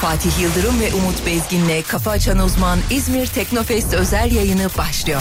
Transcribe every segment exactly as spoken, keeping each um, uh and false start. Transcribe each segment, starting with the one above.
Fatih Yıldırım ve Umut Bezgin'le Kafa Açan Uzman İzmir Teknofest özel yayını başlıyor.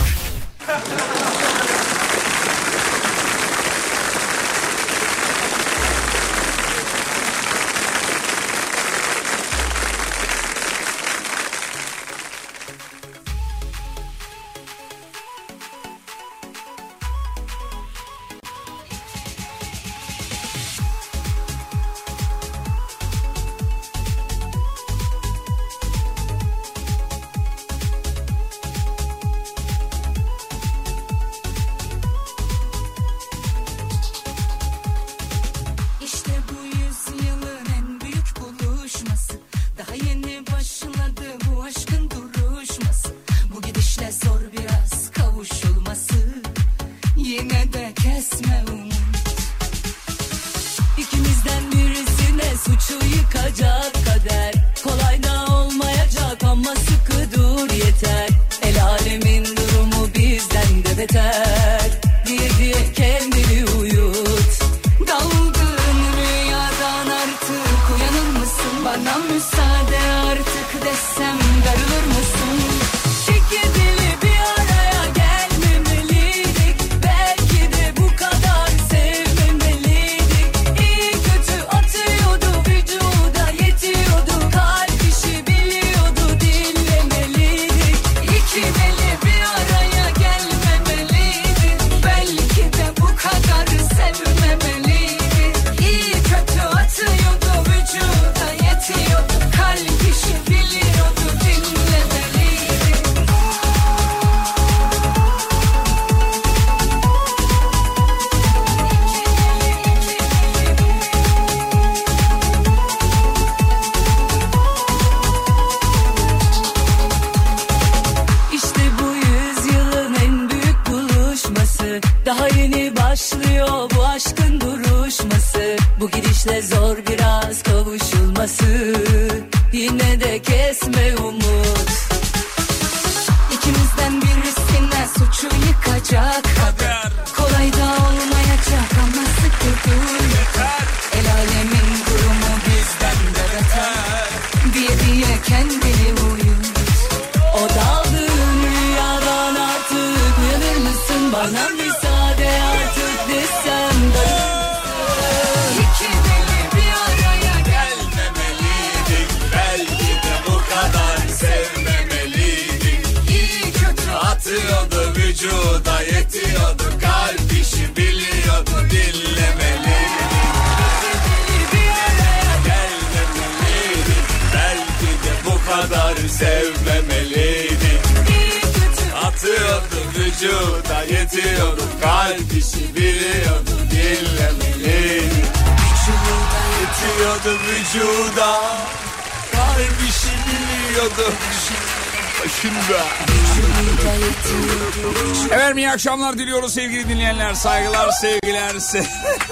Efendim iyi akşamlar diliyoruz sevgili dinleyenler. Saygılar, sevgiler, se-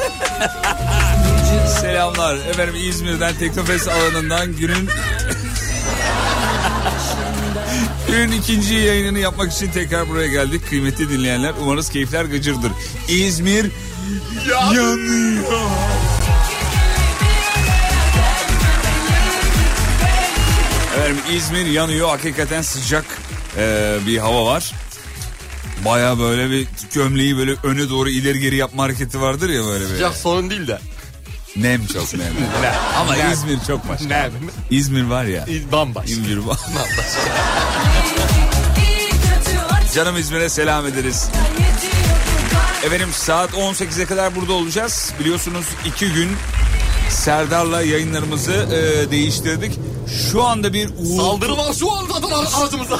selamlar. Efendim İzmir'den Teknofest alanından günün günün ikinci yayınını yapmak için tekrar buraya geldik. Kıymetli dinleyenler, umarız keyifler gıcırdır. İzmir yanıyor. Efendim İzmir yanıyor. Hakikaten sıcak e, bir hava var. Baya böyle bir gömleği böyle öne doğru ileri geri yapma hareketi vardır ya böyle. Sıcak sorun değil de. Nem çok nem. Ama nem. İzmir çok başka. Nem. İzmir var ya. Bambaşka. İzmir bambaşka. Canım İzmir'e selam ederiz. Efendim saat on sekize kadar burada olacağız. Biliyorsunuz iki gün Serdar'la yayınlarımızı e, değiştirdik. Şu anda bir uğultu... Saldırı var şu anda aracımıza.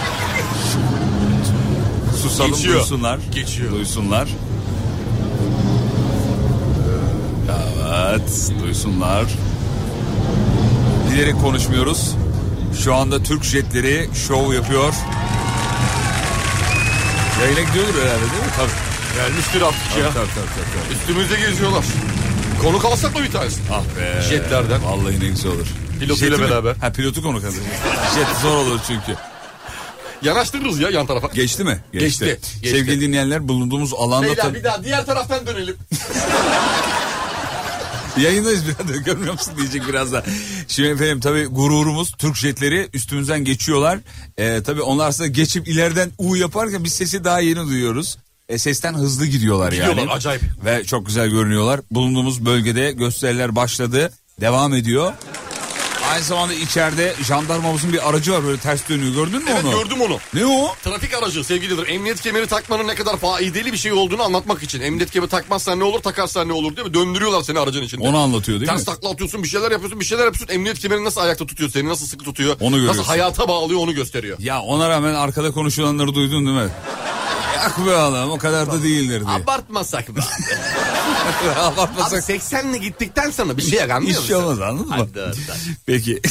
Susalım, geçiyor. Duysunlar. Geçiyor. Duysunlar. Evet, duysunlar. Bilerek konuşmuyoruz. Şu anda Türk jetleri şov yapıyor. Yayına gidiyordur herhalde değil mi? Tabii. Gelmiştir artık ya. Tabii, tabii, tabii, tabii. Üstümüzde geziyorlar. Konuk alsak mı bir tanesi? Ah be. Jetlerden. Vallahi ne güzel olur. Pilotuyla Jeti beraber. Mi? Ha pilotu konuk alacak. Jet zor olur çünkü. Yanaştırırız ya yan tarafa. Geçti mi? Geçti. Geçti. Geçti. Sevgili Geçti. dinleyenler, bulunduğumuz alanda... Beyler bir daha diğer taraftan dönelim. Geçti, geçti. Geçti. Geçti. Geçti. Yayındayız birader, görmüyor musun diyecek birazdan. Şimdi efendim tabii gururumuz, Türk jetleri üstümüzden geçiyorlar. Ee, tabii onlar aslında geçip ileriden U yaparken biz sesi daha yeni duyuyoruz. E, sesten hızlı gidiyorlar, Gidiyorlar, yani. acayip. Ve çok güzel görünüyorlar. Bulunduğumuz bölgede gösteriler başladı. Devam ediyor. Aynı zamanda içeride jandarmamızın bir aracı var, böyle ters dönüyor, gördün mü Evet, onu? gördüm onu. Ne o? Trafik aracı sevgilidir. Emniyet kemeri takmanın ne kadar faydalı bir şey olduğunu anlatmak için. Emniyet kemeri takmazsan ne olur, takarsan ne olur değil mi? Döndürüyorlar seni aracın içinde. Onu anlatıyor değil Ters mi? takla atıyorsun, bir şeyler yapıyorsun, bir şeyler yapıyorsun. Emniyet kemerini nasıl ayakta tutuyor seni, nasıl sıkı tutuyor, Onu görüyorsun. nasıl hayata bağlıyor onu gösteriyor. Ya ona rağmen arkada konuşulanları duydun değil mi? Yak be adam, o kadar da değildir diye. Abartmasak mı? Abartmasak. Abi seksenle gittikten sonra bir şey anlıyor musun? Hiç şey olmaz, anladın mı? Hadi, hadi. Peki.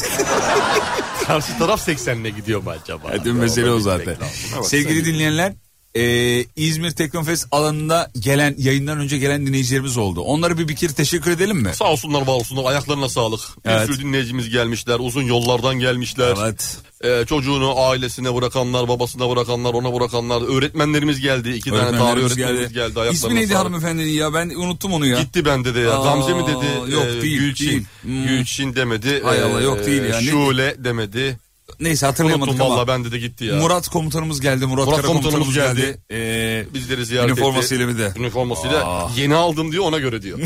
Karşı taraf seksenle gidiyor mu acaba? Hadi mesele o zaten. Evet, sevgili dinleyenler, e, İzmir Teknofest alanında gelen, yayından önce gelen dinleyicilerimiz oldu. Onlara bir bir kere teşekkür edelim mi? Sağ olsunlar, var olsunlar, ayaklarına sağlık. Evet. Bir sürü dinleyicimiz gelmişler, uzun yollardan gelmişler. Evet. Ee, çocuğunu ailesine bırakanlar, babasına bırakanlar, ona bırakanlar. Öğretmenlerimiz geldi. İki tane tarih Öğretmenlerimiz öğretmenimiz geldi. geldi. İsmi neydi hanımefendinin ya, ben unuttum onu ya. Gitti bende de ya. Aa, Gamze mi dedi? yok, Ee, değil, Gülçin. değil. Hmm. Gülçin demedi. Hay Allah, yok değil ya. Ne- Şule demedi. Neyse, hatırlayamadık Unuttum ama. valla, bende de gitti ya. Murat komutanımız geldi. Murat, Murat Kara komutanımız komutanımız geldi. geldi. Ee, Bizleri ziyaret üniformasıyla etti. bir de. Üniformasıyla. Aa. Yeni aldım diyor, ona göre diyor.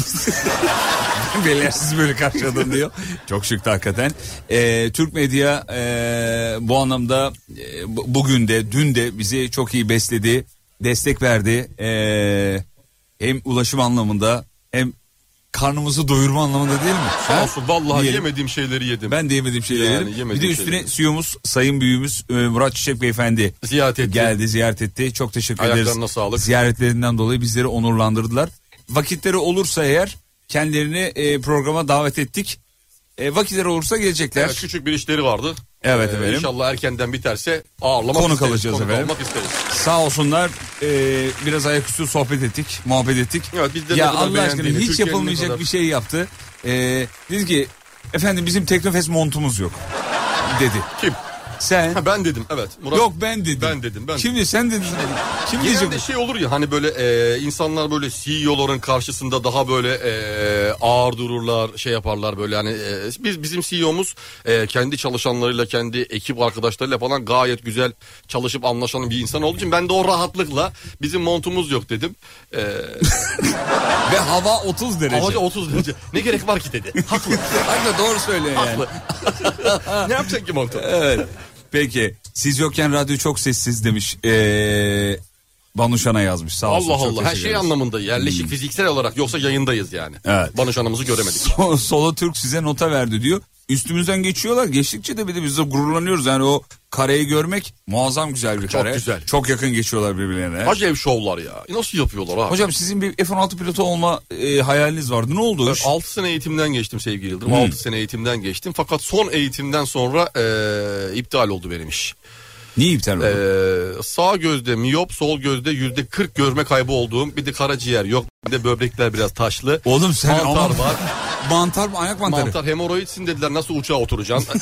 Belirsiz böyle karşıladım diyor. Çok şıktı hakikaten. Ee, Türk medya e, bu anlamda e, bu- bugün de dün de bizi çok iyi besledi. Destek verdi. Ee, hem ulaşım anlamında hem karnımızı doyurma anlamında, değil mi? Sağ Ha? olsun, vallahi Diyelim. yemediğim şeyleri yedim. Ben de yemediğim şeyleri Yani yedim. Bir yemediğim de üstüne şeyleri. C E O'muz, sayın büyüğümüz e, Murat Çiçek Beyefendi Ziyaret etti. geldi, ziyaret etti. Çok teşekkür ederiz. Ayaklarına sağlık. Ziyaretlerinden dolayı bizleri onurlandırdılar. Vakitleri olursa eğer kendilerini e, programa davet ettik. E, vakitleri olursa gelecekler. Evet, küçük bir işleri vardı. Evet Ee, efendim. İnşallah erkenden biterse ağırlamak Konuk isteriz. alacağız Konuk efendim. almak isteriz. Sağ olsunlar, e, biraz ayaküstü sohbet ettik, muhabbet ettik. Evet, biz de ne ya kadar Allah aşkına beğendiğini, hiç Türkiye'nin ne yapılmayacak kadar- bir şey yaptı. E, dedi ki efendim bizim Teknofest montumuz yok dedi. Kim? Sen? Ha, ben dedim, evet. Murat, Yok ben dedim. Ben dedim, ben Şimdi sen dedin. Kim diyecek? genelde şey olur ya, hani böyle e, insanlar böyle C E O'ların karşısında daha böyle e, ağır dururlar, şey yaparlar böyle, hani e, biz bizim C E O'muz e, kendi çalışanlarıyla, kendi ekip arkadaşlarıyla falan gayet güzel çalışıp anlaşan bir insan olduğu için ben de o rahatlıkla bizim montumuz yok dedim. E, Ve hava otuz derece. Havaca otuz derece. Ne gerek var ki dedi. Haklı. Haklı, doğru söylüyor yani. Haklı. Ne yapacak ki montu? Evet. Peki siz yokken radyo çok sessiz demiş. Ee, Banuşan'a yazmış, sağ olsun. Allah çok Allah, her teşekkür şey ederiz. anlamında yerleşik fiziksel olarak, yoksa yayındayız yani. Evet. Banuşanımızı göremedik. Solo Türk size nota verdi diyor. Üstümüzden geçiyorlar. Geçtikçe de bir de biz de gururlanıyoruz. Yani o kareyi görmek muazzam güzel bir Çok kare. güzel. Çok yakın geçiyorlar birbirlerine. Acayip şovlar ya. Nasıl yapıyorlar abi? Hocam sizin bir F on altı pilotu olma e, hayaliniz vardı. Ne oldu? Evet, altı sene eğitimden geçtim sevgili Yıldırım. altı sene eğitimden geçtim. Fakat son eğitimden sonra e, iptal oldu benim iş. Niye iptal oldu? E, sağ gözde miyop, sol gözde yüzde kırk görme kaybı olduğum, bir de karaciğer yok, bir de böbrekler biraz taşlı. Oğlum sen mantar aman- var. Mantar mı? Ayak mantarı. Mantar, hemoroidsin dediler, nasıl uçağa oturacaksın?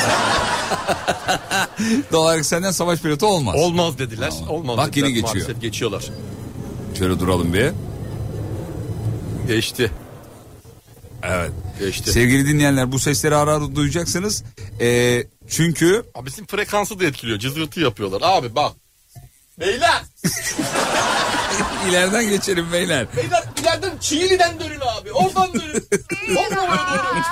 Doğal olarak senden savaş pilotu olmaz. Olmaz dediler. Olmaz Bak dediler. yine geçiyor. Maalesef geçiyorlar. Şöyle duralım bir. Geçti. Evet. Geçti. Sevgili dinleyenler, bu sesleri ara ara duyacaksınız. Ee, çünkü Abi bizim frekansı da etkiliyor. Cızırtı yapıyorlar. Abi bak. Beyler. ileriden geçelim beyler. Beyler ileriden Çiğli'den dönün abi. Oradan dönün. Oradan dönün.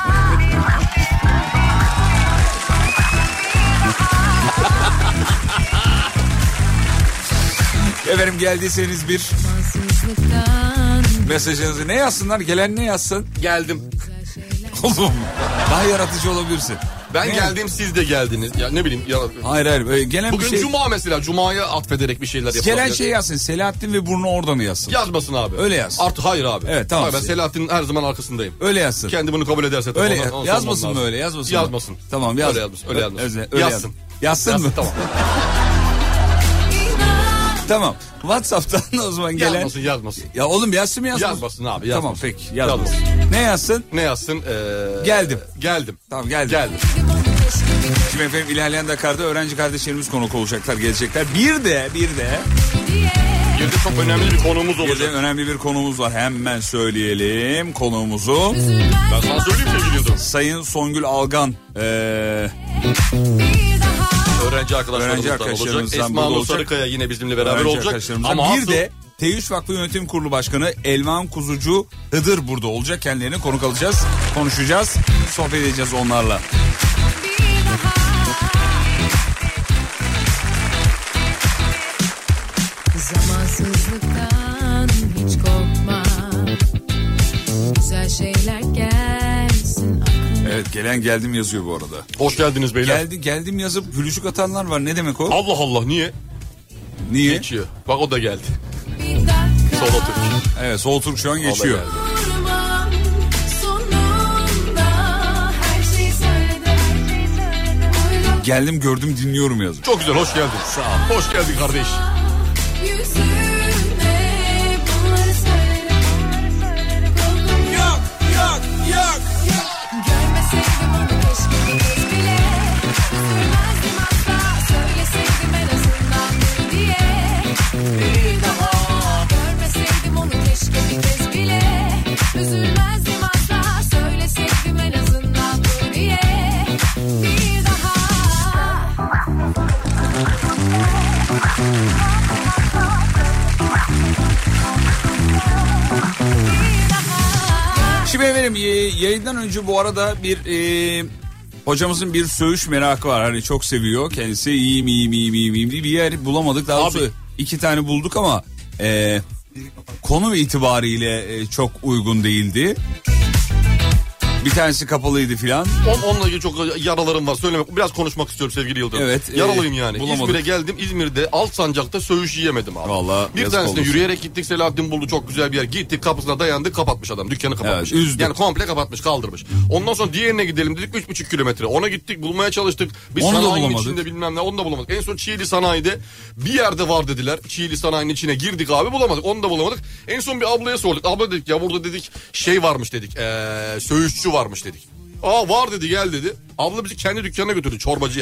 Efendim, geldiyseniz bir mesajınızı ne yazsınlar? Gelen ne yazsın? Geldim. Oğlum daha yaratıcı olabilirsin. Ben Ne? geldim, siz de geldiniz. Ya ne bileyim. Ya, Hayır hayır. Böyle gelen bugün bir şey. cuma mesela. Cuma'ya atfederek bir şeyler yapalım. Gelen şey yazsın. Selahattin ve burnu orada mı yazsın? Yazmasın abi. Öyle yaz. Artık hayır abi. Evet, tamam. Hayır, ben Selahattin'in her zaman arkasındayım. Öyle yazsın. Kendi bunu kabul ederse tabii. Öyle ona- ona yazmasın sormam mı lazım. öyle? Yazmasın. mı? Yazmasın. Tamam yaz. Öyle yazmasın. Öyle yazmasın. Öyle, öyle Yazsın. Yazsın, Yazsın, mı? tamam. Tamam. WhatsApp'tan o zaman gelen. Yazmasın, yazmasın. Ya oğlum yazsın mı yazmasın? Yazmasın abi, Tamam yazmasın. peki yazmasın. Yazmasın. Ne yazsın? Ne yazsın? Ee, Geldim. Geldim. Tamam geldim. Geldim. Şimdi efendim ilerleyen Dakar'da öğrenci kardeşlerimiz konuk olacaklar, gelecekler. Bir de bir de Bir de çok önemli bir konumuz olacak. Bir de önemli bir konumuz var. Hemen söyleyelim konuğumuzu. Ben sana söyleyeyim sevgili Yıldırım. Sayın Songül Algan. Ee, öğrenci arkadaşlarımızdan olacak. Esma Nur Sarıkaya yine bizimle beraber olacak. Ama bir asıl... de T üç Vakfı Yönetim Kurulu Başkanı Elvan Kuzucu Hıdır burada olacak. Kendilerine konuk alacağız. Konuşacağız. Sohbet edeceğiz onlarla. Zamansızlıktan hiç korkma. Güzel şeyler gelsin aklına. Evet, gelen geldim yazıyor bu arada. Hoş geldiniz beyler. Geldi geldim yazıp gülücük atanlar var. Ne demek o? Allah Allah, niye? Niye? Geçiyor. Bak o da geldi. Solo Türk. Evet, Sol Türk şu an geçiyor. Geldim gördüm dinliyorum yazıyor. Çok güzel, hoş geldin. Sağ ol. Hoş geldin kardeş. Yok yok yok. Görmeseydim onu keşke bir kez bile. Üzülmezdim asla, söyleseydim en azından dur diye. Bir daha görmeseydim onu keşke bir kez bile. Üzülmezdim asla, söyleseydim en azından dur diye. Bir daha. Şimdi efendim yayından önce bu arada bir e, hocamızın bir söğüş merakı var. Hani çok seviyor kendisi. İyiyim iyiyim iyiyim iyiyim, iyiyim diye bir yer bulamadık. Daha doğrusu iki tane bulduk ama e, konu itibariyle e, çok uygun değildi. Bir tanesi kapalıydı filan. On, onunla ilgili çok yaralarım var. Söylemek, biraz konuşmak istiyorum sevgili Yıldırım. Evet. Yaralıyım yani. Bulamadık. İzmir'e geldim. İzmir'de Alsancak'ta söğüş yiyemedim abi. Vallahi bir tanesine yürüyerek gittik. Selahattin buldu, çok güzel bir yer. Gittik, kapısına dayandık, kapatmış adam. Dükkanı kapatmış. Evet, üzdü. Yani komple kapatmış, kaldırmış. Ondan sonra diğerine gidelim dedik. Üç buçuk kilometre. Ona gittik, bulmaya çalıştık. Bir Onu da sanayinin bulamadık. içinde bilmem ne, onu da bulamadık. En son Çiğli sanayide bir yerde var dediler. Çiğli sanayinin içine girdik abi, bulamadık. Onu da bulamadık. En son bir ablaya sorduk. Abla dedik ya, burada dedik şey varmış dedik. Ee, söğüşçü varmış dedik. Aa var dedi, gel dedi. Abla bizi kendi dükkanına götürdü, çorbacıya.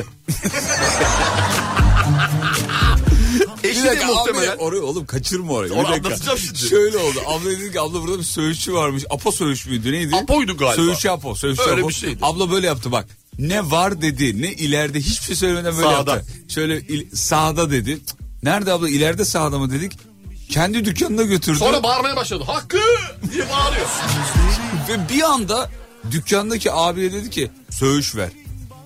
Eşi de muhtemelen. Abi, orayı oğlum kaçırma orayı. Onu anlatacağım şimdi. Şöyle oldu. Abla dedi ki abla burada bir söğüşçü varmış. Apo söğüş müydü neydi? Apo'ydu galiba. Söğüşçü Apo. Söğüşçü Öyle Apo. bir şeydi. Abla böyle yaptı bak. Ne var dedi, ne ileride, hiçbir şey söylemeden böyle Sağda. yaptı. Şöyle il, sağda dedi. Nerede abla, ileride sağda mı dedik. Kendi dükkanına götürdü. Sonra bağırmaya başladı. Hakkı diye bağırıyor. Ve bir anda dükkandaki abiye dedi ki söğüş ver.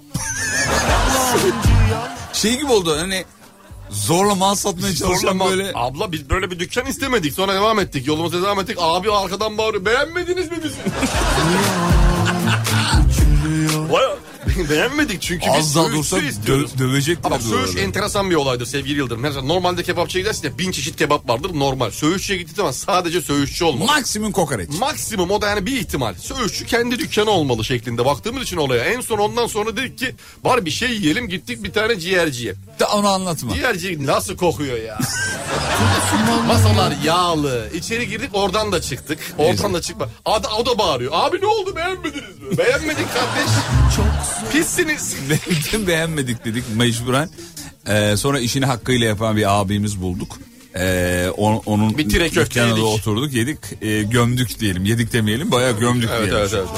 Şey gibi oldu hani zorla mal satmaya çalışan Zorla böyle. Abla biz böyle bir dükkan istemedik. Sonra devam ettik. Yolumuza devam ettik. Abi arkadan bağırıyor. Beğenmediniz mi bizi? Vay, beğenmedik çünkü biz az daha söğüşçü dursak istiyoruz. dö- dövecekler. Ama söğüş enteresan bir olaydır sevgili Yıldırım. Mesela normalde kebapçıya gidersin ya, bin çeşit kebap vardır normal. Söğüşçüye gittiğin zaman sadece söğüşçü olmalı. Maksimum kokoreç. Maksimum, o da yani bir ihtimal. Söğüşçü kendi dükkanı olmalı şeklinde baktığımız için olaya. En son ondan sonra dedik ki bari bir şey yiyelim, gittik bir tane ciğerciye. De onu anlatma. Ciğerci nasıl kokuyor ya. Masalar yağlı. İçeri girdik, oradan da çıktık. Oradan da çıkma. O da, o da bağırıyor. Abi ne oldu, beğenmediniz mi? Beğenmedik kardeş. Çok pissiniz. Beğenmedik dedik mecburen. Ee, sonra işini hakkıyla yapan bir abimiz bulduk. Ee, on, onun bir tire köfte yedik. Oturduk yedik, e, gömdük diyelim. Yedik demeyelim, bayağı gömdük evet, diyelim. Evet, evet.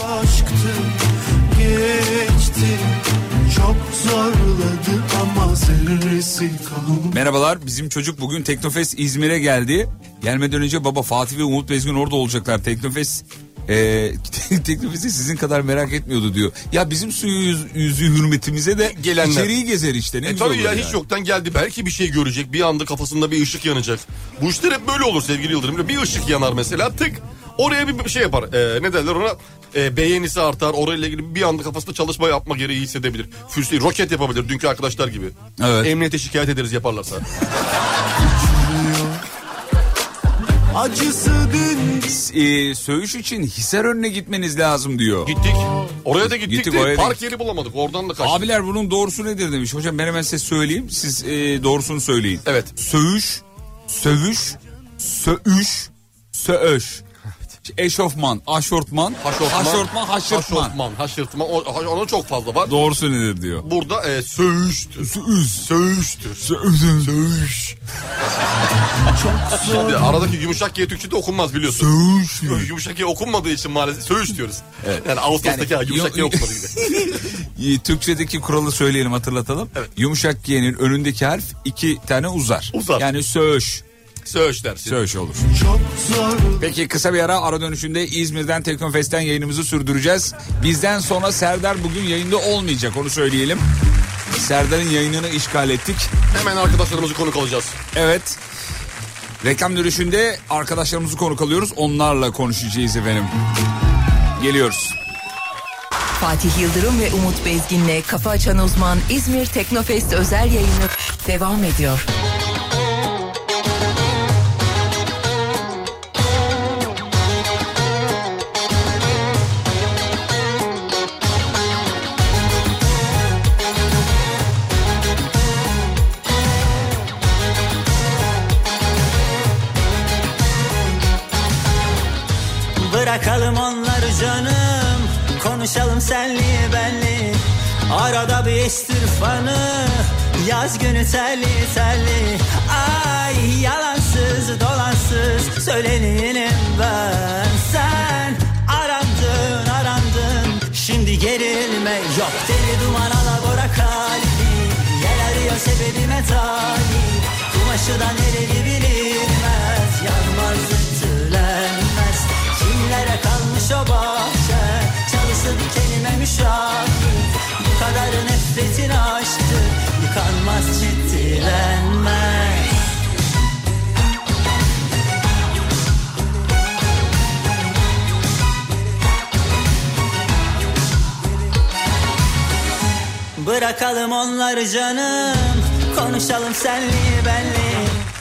Geçti, çok zorladı ama zerresi kalmadı. Merhabalar, bizim çocuk bugün Teknofest İzmir'e geldi. Gelmeden önce baba Fatih ve Umut Bezgin orada olacaklar. Teknofest e, Teknofest'i sizin kadar merak etmiyordu diyor. Ya bizim suyu yüz, yüzü hürmetimize de gelenler. İçeriği gezer işte. Ne e tabii ya yani. Hiç yoktan geldi, belki bir şey görecek, bir anda kafasında bir ışık yanacak. Bu işler hep böyle olur sevgili Yıldırım. Bir ışık yanar mesela, tık oraya bir şey yapar. Ee, ne derler ona? Ee, beğenisi artar, orayla ilgili bir anda kafasında çalışma yapma gereği hissedebilir. Füze, roket yapabilir dünkü arkadaşlar gibi. Evet. Emniyete şikayet ederiz yaparlarsa. Acısı dün e, söğüş için Hisarönü'ne gitmeniz lazım diyor. Gittik. Oraya da gittik, gittik de oraya park da... yeri bulamadık. Oradan da kaçtık. Abiler bunun doğrusu nedir demiş. Hocam ben hemen size söyleyeyim. Siz e, doğrusunu söyleyin. Evet. Söğüş, sövüş, söğüş, sööş. eşofman, aşortman, Haşortman, haşortman, haşırtman. Haşortman, haşırtman. O, onun çok fazla var. Doğru söylenir diyor. Burada e, söğüştür. Söğüş. Söğüştür. Söğüş. Şimdi aradaki yumuşak G Türkçe'de okunmaz biliyorsun. Söğüş. Yumuşak G okunmadığı için maalesef söğüş diyoruz. Evet. Yani Ağustos'taki yani, yumuşak G okumadığı gibi. Türkçedeki kuralı söyleyelim, hatırlatalım. Evet. Yumuşak G'nin önündeki harf iki tane uzar. Uzar. Yani söğüş. Söğüş dersin. Söğüş olur. Çok zor. Peki kısa bir ara, ara dönüşünde İzmir'den Teknofest'ten yayınımızı sürdüreceğiz. Bizden sonra Serdar bugün yayında olmayacak, onu söyleyelim. Serdar'ın yayınını işgal ettik. Hemen arkadaşlarımızı konuk alacağız. Evet. Reklam dönüşünde arkadaşlarımızı konuk alıyoruz. Onlarla konuşacağız efendim. Geliyoruz. Fatih Yıldırım ve Umut Bezgin'le Kafa Açan Uzman İzmir Teknofest özel yayını devam ediyor. Bırakalım onları canım, konuşalım senli benli. Arada bir istirfanı, yaz günü telli telli. Ay yalansız dolansız söyleneyim ben. Sen arandın arandın, şimdi gerilme yok. Deli duman alabora kalbi, yer arıyor sebebime talip. Kumaşı da nereli bilinmez, yanmaz ütülenmez. Kimlere kalmış o bahçe, çalısı dikenime müşahit. Bu kadar nefretin aşktı, yıkanmaz ciddilenmez. Bırakalım onları canım, konuşalım senli benli.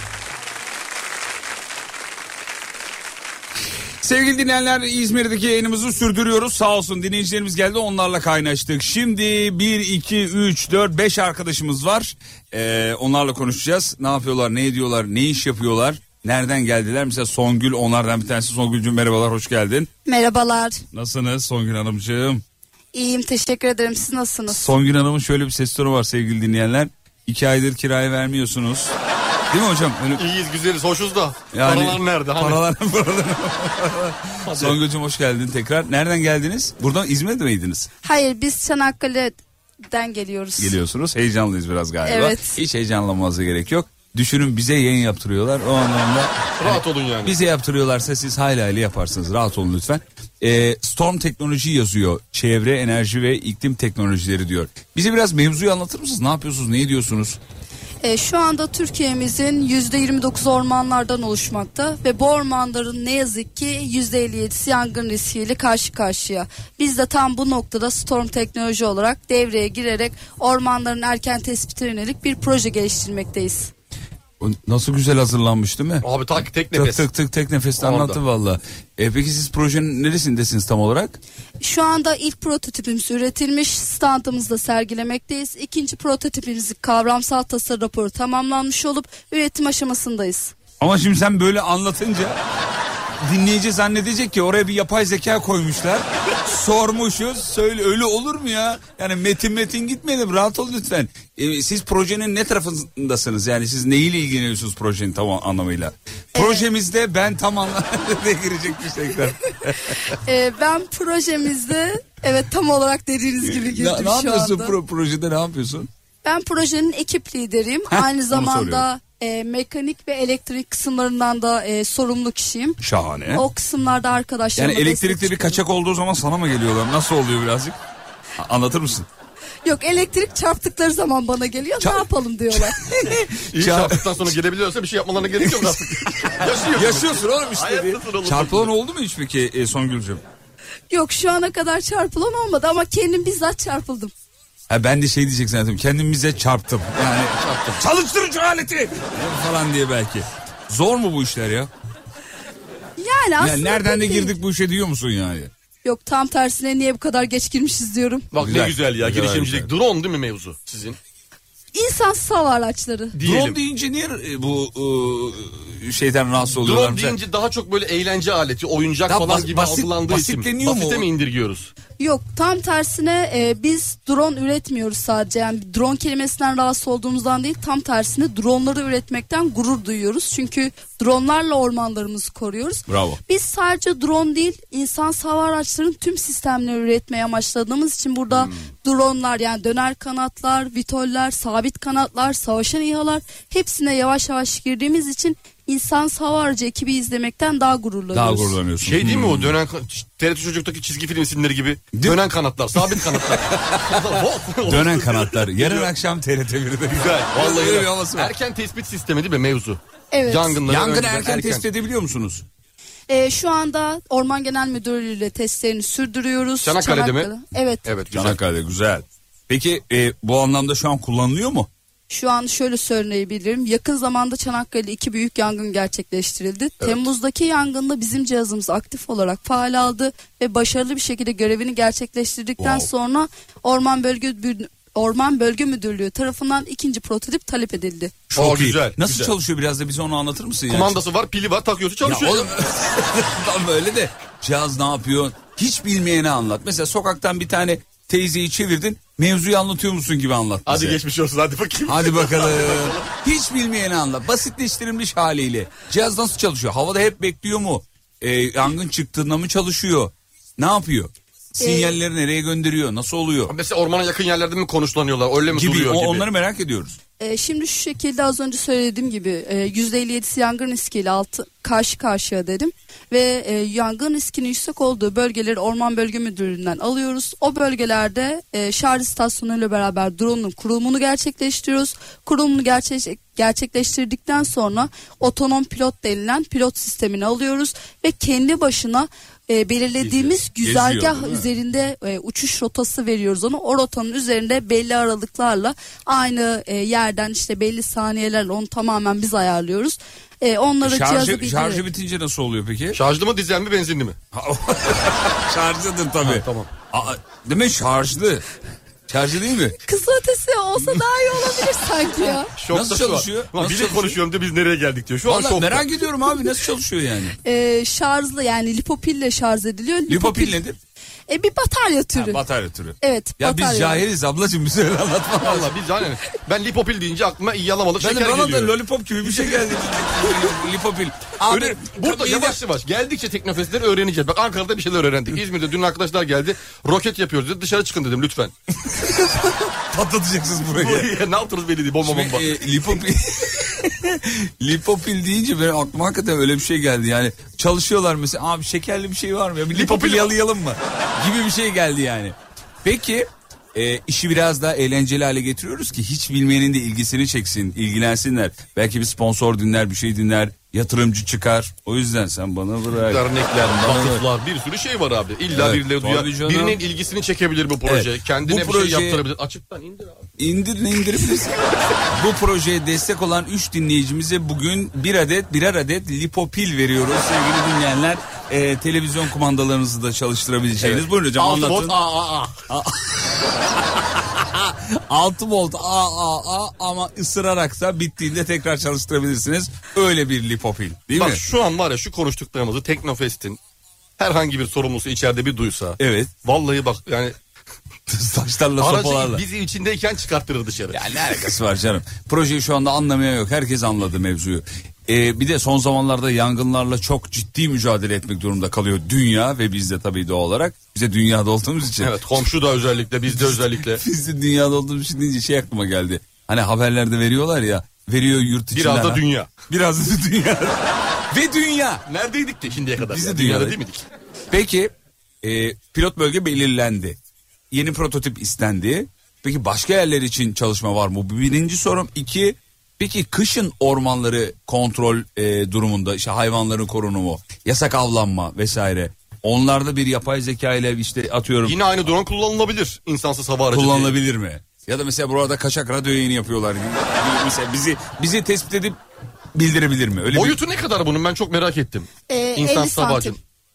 Sevgili dinleyenler, İzmir'deki yayınımızı sürdürüyoruz. Sağ olsun dinleyicilerimiz geldi, onlarla kaynaştık. Şimdi bir, iki, üç, dört, beş arkadaşımız var. Ee, onlarla konuşacağız. Ne yapıyorlar, ne ediyorlar, ne iş yapıyorlar, nereden geldiler? Mesela Songül onlardan bir tanesi. Songül'cüğüm merhabalar, hoş geldin. Merhabalar. Nasılsınız Songül Hanımcığım? İyiyim, teşekkür ederim. Siz nasılsınız? Songül Hanım'ın şöyle bir ses tonu var sevgili dinleyenler. İki aydır kirayı vermiyorsunuz. Değil mi hocam? Öyle... İyiyiz, güzeliz, hoşuz da. Yani, paralar nerede? Hani? Paralar, paralar. Songül'cüğüm hoş geldin tekrar. Nereden geldiniz? Buradan İzmir'de miydiniz? Hayır, biz Çanakkale'den geliyoruz. Geliyorsunuz. Heyecanlıyız biraz galiba. Evet. Hiç heyecanlanmanıza gerek yok. Düşünün, bize yayın yaptırıyorlar. O anlamda rahat olun yani. Bize yaptırıyorlarsa siz hayli hayli yaparsınız. Rahat olun lütfen. Ee, Storm Teknoloji yazıyor. Çevre, enerji ve iklim teknolojileri diyor. Bize biraz mevzuyu anlatır mısınız? Ne yapıyorsunuz? Ne ediyorsunuz? E, şu anda Türkiye'mizin yüzde yirmi dokuz ormanlardan oluşmakta ve bu ormanların ne yazık ki yüzde elli yedisi yangın riskiyle karşı karşıya. Biz de tam bu noktada Storm Teknoloji olarak devreye girerek ormanların erken tespitine yönelik bir proje geliştirmekteyiz. Nasıl güzel hazırlanmış değil mi? Abi tak tek nefes. Tık tık tık tek nefeste anlattı valla. E, peki siz projenin neresindesiniz tam olarak? Şu anda ilk prototipimiz üretilmiş, standımızda sergilemekteyiz. İkinci prototipimizin kavramsal tasarım raporu tamamlanmış olup üretim aşamasındayız. Ama şimdi sen böyle anlatınca dinleyici zannedecek ki oraya bir yapay zeka koymuşlar. Sormuşuz, söyle, öyle olur mu ya? Yani metin metin gitmeyelim, rahat ol lütfen. Ee, siz projenin ne tarafındasınız? Yani siz neyle ilgileniyorsunuz projenin tam anlamıyla? Evet. Projemizde ben tam anlamıyla girecekmiş tekrar. ee, ben projemizde evet tam olarak dediğiniz gibi girdim ne, ne şu yapıyorsun anda. Pro, projede ne yapıyorsun? Ben projenin ekip lideriyim. Heh, Aynı zamanda e, mekanik ve elektrik kısımlarından da e, sorumlu kişiyim. Şahane. O kısımlarda arkadaşlarımla Yani elektrikte bir kaçak olduğu zaman sana mı geliyorlar? Nasıl oluyor birazcık? Anlatır mısın? Yok, elektrik çarptıkları zaman bana geliyor. Çar- ne yapalım diyorlar. İyi çarptıktan sonra gelebiliyorsa bir şey yapmalarına gerek yok artık. Yaşıyorsun. Yaşıyorsun oğlum işte. Çarpılan oldu mu hiç peki e, Songül'cüğüm? Yok, şu ana kadar çarpılan olmadı ama kendim bizzat çarpıldım. Ha, ben de şey diyeceksin hayatım, kendimize çarptım. Yani çarptım. Çalıştırın şu aleti falan diye belki. Zor mu bu işler ya? Yani aslında. Yani nereden de değil. girdik bu işe diyor musun yani? Yok, tam tersine niye bu kadar geç girmişiz diyorum. Bak Güzel. ne güzel ya, Güzel, girişimcilik. güzel. Drone değil mi mevzu sizin? İnsansız hava araçları. Diyelim. Drone deyince niye e, bu e, şeyden rahatsız oluyorlar? Drone deyince daha çok böyle eğlence aleti, oyuncak Daha falan bas- gibi basit- algılandığı için. basitleniyor mu Basite o? mi indirgiyoruz? Yok, tam tersine e, biz drone üretmiyoruz sadece. Yani drone kelimesinden rahatsız olduğumuzdan değil, tam tersine droneları üretmekten gurur duyuyoruz. Çünkü dronelarla ormanlarımızı koruyoruz. Bravo. Biz sadece drone değil, insansız hava araçlarının tüm sistemleri üretmeye amaçladığımız için burada Hmm. dronelar, yani döner kanatlar, vitoller, sabit kanatlar, savaşan İHA'lar, hepsine yavaş yavaş girdiğimiz için insansız hava aracı ekibi izlemekten daha gururlanıyoruz. Daha gururlanıyorsun. Şey değil mi Hmm. o dönen T R T Çocuk'taki çizgi film isimleri gibi? Dönen kanatlar, sabit kanatlar. Dönen kanatlar. Yarın akşam T R T birde. Güzel. Vallahi Öyle bir öyle. havası var. Erken tespit sistemi değil mi mevzu? Evet. Yangınları Yangını önceden erken, tespit edebiliyor musunuz? Ee, şu anda Orman Genel Müdürlüğü ile testlerini sürdürüyoruz. Çanakkale'de mi? Evet. Evet, güzel. Çanakkale güzel. Peki e, bu anlamda şu an kullanılıyor mu? Şu an şöyle söyleyebilirim. Yakın zamanda Çanakkale'de iki büyük yangın gerçekleştirildi. Temmuz'daki yangında bizim cihazımız aktif olarak faal aldı ve başarılı bir şekilde görevini gerçekleştirdikten Wow. sonra Orman Bölge Bü- Orman Bölge Müdürlüğü tarafından ikinci prototip talep edildi. Çok güzel, Nasıl güzel. çalışıyor, biraz da bize onu anlatır mısın? Yani? Kumandası var, pili var, takıyorsun, Ya çalışıyor. oğlum tam böyle de cihaz ne yapıyor? Hiç bilmeyene anlat. Mesela sokaktan bir tane teyzeyi çevirdin, mevzuyu anlatıyor musun gibi anlat Hadi bize. geçmiş olsun, hadi bakayım. Hadi bakalım. Hiç bilmeyene anlat. Basitleştirilmiş haliyle. Cihaz nasıl çalışıyor? Havada hep bekliyor mu? Ee, yangın çıktığında mı çalışıyor? Ne yapıyor? Sinyalleri nereye gönderiyor? Nasıl oluyor? Mesela ormana yakın yerlerde mi konuşlanıyorlar, öyle mi Gibi. duruyor O- gibi. Onları merak ediyoruz. Ee, şimdi şu şekilde az önce söylediğim gibi e, yüzde elli yedisi yangın riskiyle altı, karşı karşıya dedim. Ve e, yangın riskinin yüksek olduğu bölgeleri Orman Bölge Müdürlüğü'nden alıyoruz. O bölgelerde e, şarj istasyonuyla beraber drone'un kurulumunu gerçekleştiriyoruz. Kurulumunu gerçek, gerçekleştirdikten sonra otonom pilot denilen pilot sistemini alıyoruz. Ve kendi başına e, belirlediğimiz Geziyor, güzergah değil mi? üzerinde e, uçuş rotası veriyoruz onu. O rotanın üzerinde belli aralıklarla aynı e, yerden işte belli saniyelerle onu tamamen biz ayarlıyoruz. E, onlara cihazı Şarjı, bildiriyoruz. şarjı bitince nasıl oluyor peki? Şarjlı mı, dizel mi, benzinli mi? Şarjlıdır tabii. Ha, tamam. Aa, demek şarjlı. Şarjlı değil mi? Kısa ötesi olsa daha iyi olabilir sanki ya. Şokta Nasıl şu an. çalışıyor? Ulan Nasıl biri çalışıyor? konuşuyorum diyor, biz nereye geldik diyor. Şu an Vallahi şokta. merak ediyorum abi, nasıl çalışıyor yani? E, şarjlı, yani lipopille şarj ediliyor. Lipopil nedir? E, bir batarya türü. Ha, batarya türü. Evet, Ya batarya. biz cahiliz ablacığım, bize öyle anlatma. Valla biz hani ben lipopil deyince aklıma iyi yalamalık Ben de şeker bana da geliyor. lollipop gibi bir şey geldi. Lipopil. Abi Öyle, burada bir de- yavaş yavaş geldikçe teknofestleri öğreneceğiz. Bak Ankara'da bir şeyler öğrendik. İzmir'de dün arkadaşlar geldi. Roket yapıyoruz dedi. Dışarı çıkın dedim lütfen. patlatacaksınız burayı. Ne yaptınız belli değil. Bomba bomba. Şimdi, e, lipopil lipopil deyince benim aklıma hakikaten öyle bir şey geldi. Yani çalışıyorlar mesela, abi şekerli bir şey var mı ya, bir lipopil Lipopil- yalayalım mı gibi bir şey geldi yani. Peki e, işi biraz daha eğlenceli hale getiriyoruz ki hiç bilmeyenin de ilgisini çeksin, ilgilensinler. Belki bir sponsor dinler, bir şey dinler, yatırımcı çıkar. O yüzden sen bana bırak. Dernekler, Bana bırak. vakıflar, bir sürü şey var abi. İlla Evet, birileri tabii duyar. canım. Birinin ilgisini çekebilir bu proje. Evet, Kendine bu bir proje- şey yaptırabilir. Açıktan indir abi. İndir ne indirebilirsin? Bu projeye destek olan üç dinleyicimize bugün bir adet birer adet lipopil veriyoruz sevgili dinleyenler. Ee, televizyon kumandalarınızı da çalıştırabileceğiniz. Buyurun hocam, Altı anlatın. volt aa aa aa. altı volt A A A ama ısıraraksa bittiğinde tekrar çalıştırabilirsiniz. Öyle bir lipopil değil Bak mi? şu an var ya, şu konuştuklarımızı Teknofest'in herhangi bir sorumlusu içeride bir duysa. Evet. Vallahi bak yani Taşlarla sopalarla. aracı bizi içindeyken çıkarttırır dışarı. Ya ne alakası var canım? Projeyi şu anda anlamayan yok. Herkes anladı mevzuyu. Ee, bir de son zamanlarda yangınlarla çok ciddi mücadele etmek durumunda kalıyor dünya ve biz de tabii doğal olarak. Bize dünyada olduğumuz için. Evet, komşu da özellikle, biz de özellikle. Biz de dünyada olduğumuz için deyince şey aklıma geldi. Hani haberlerde veriyorlar ya, veriyor yurt içinden. Biraz da dünya. Biraz da dünya. Ve dünya. Neredeydik de şimdiye kadar? Biz de ya? dünyada Dünyada değil miydik? Peki e, pilot bölge belirlendi. Yeni prototip istendi. Peki başka yerler için çalışma var mı? Bu birinci sorum. İki, peki kışın ormanları kontrol e, durumunda, işte hayvanların korunumu, yasak avlanma vesaire. Onlarda bir yapay zeka ile işte atıyorum Yine aynı drone kullanılabilir. İnsansız hava aracı diye. kullanılabilir mi? Ya da mesela burada kaçak radyo yayını yapıyorlar. Mesela bizi bizi tespit edip bildirebilir mi? Öyle Boyutu ne kadar bunun, ben çok merak ettim. Ee, İnsansız elli hava santim. aracı.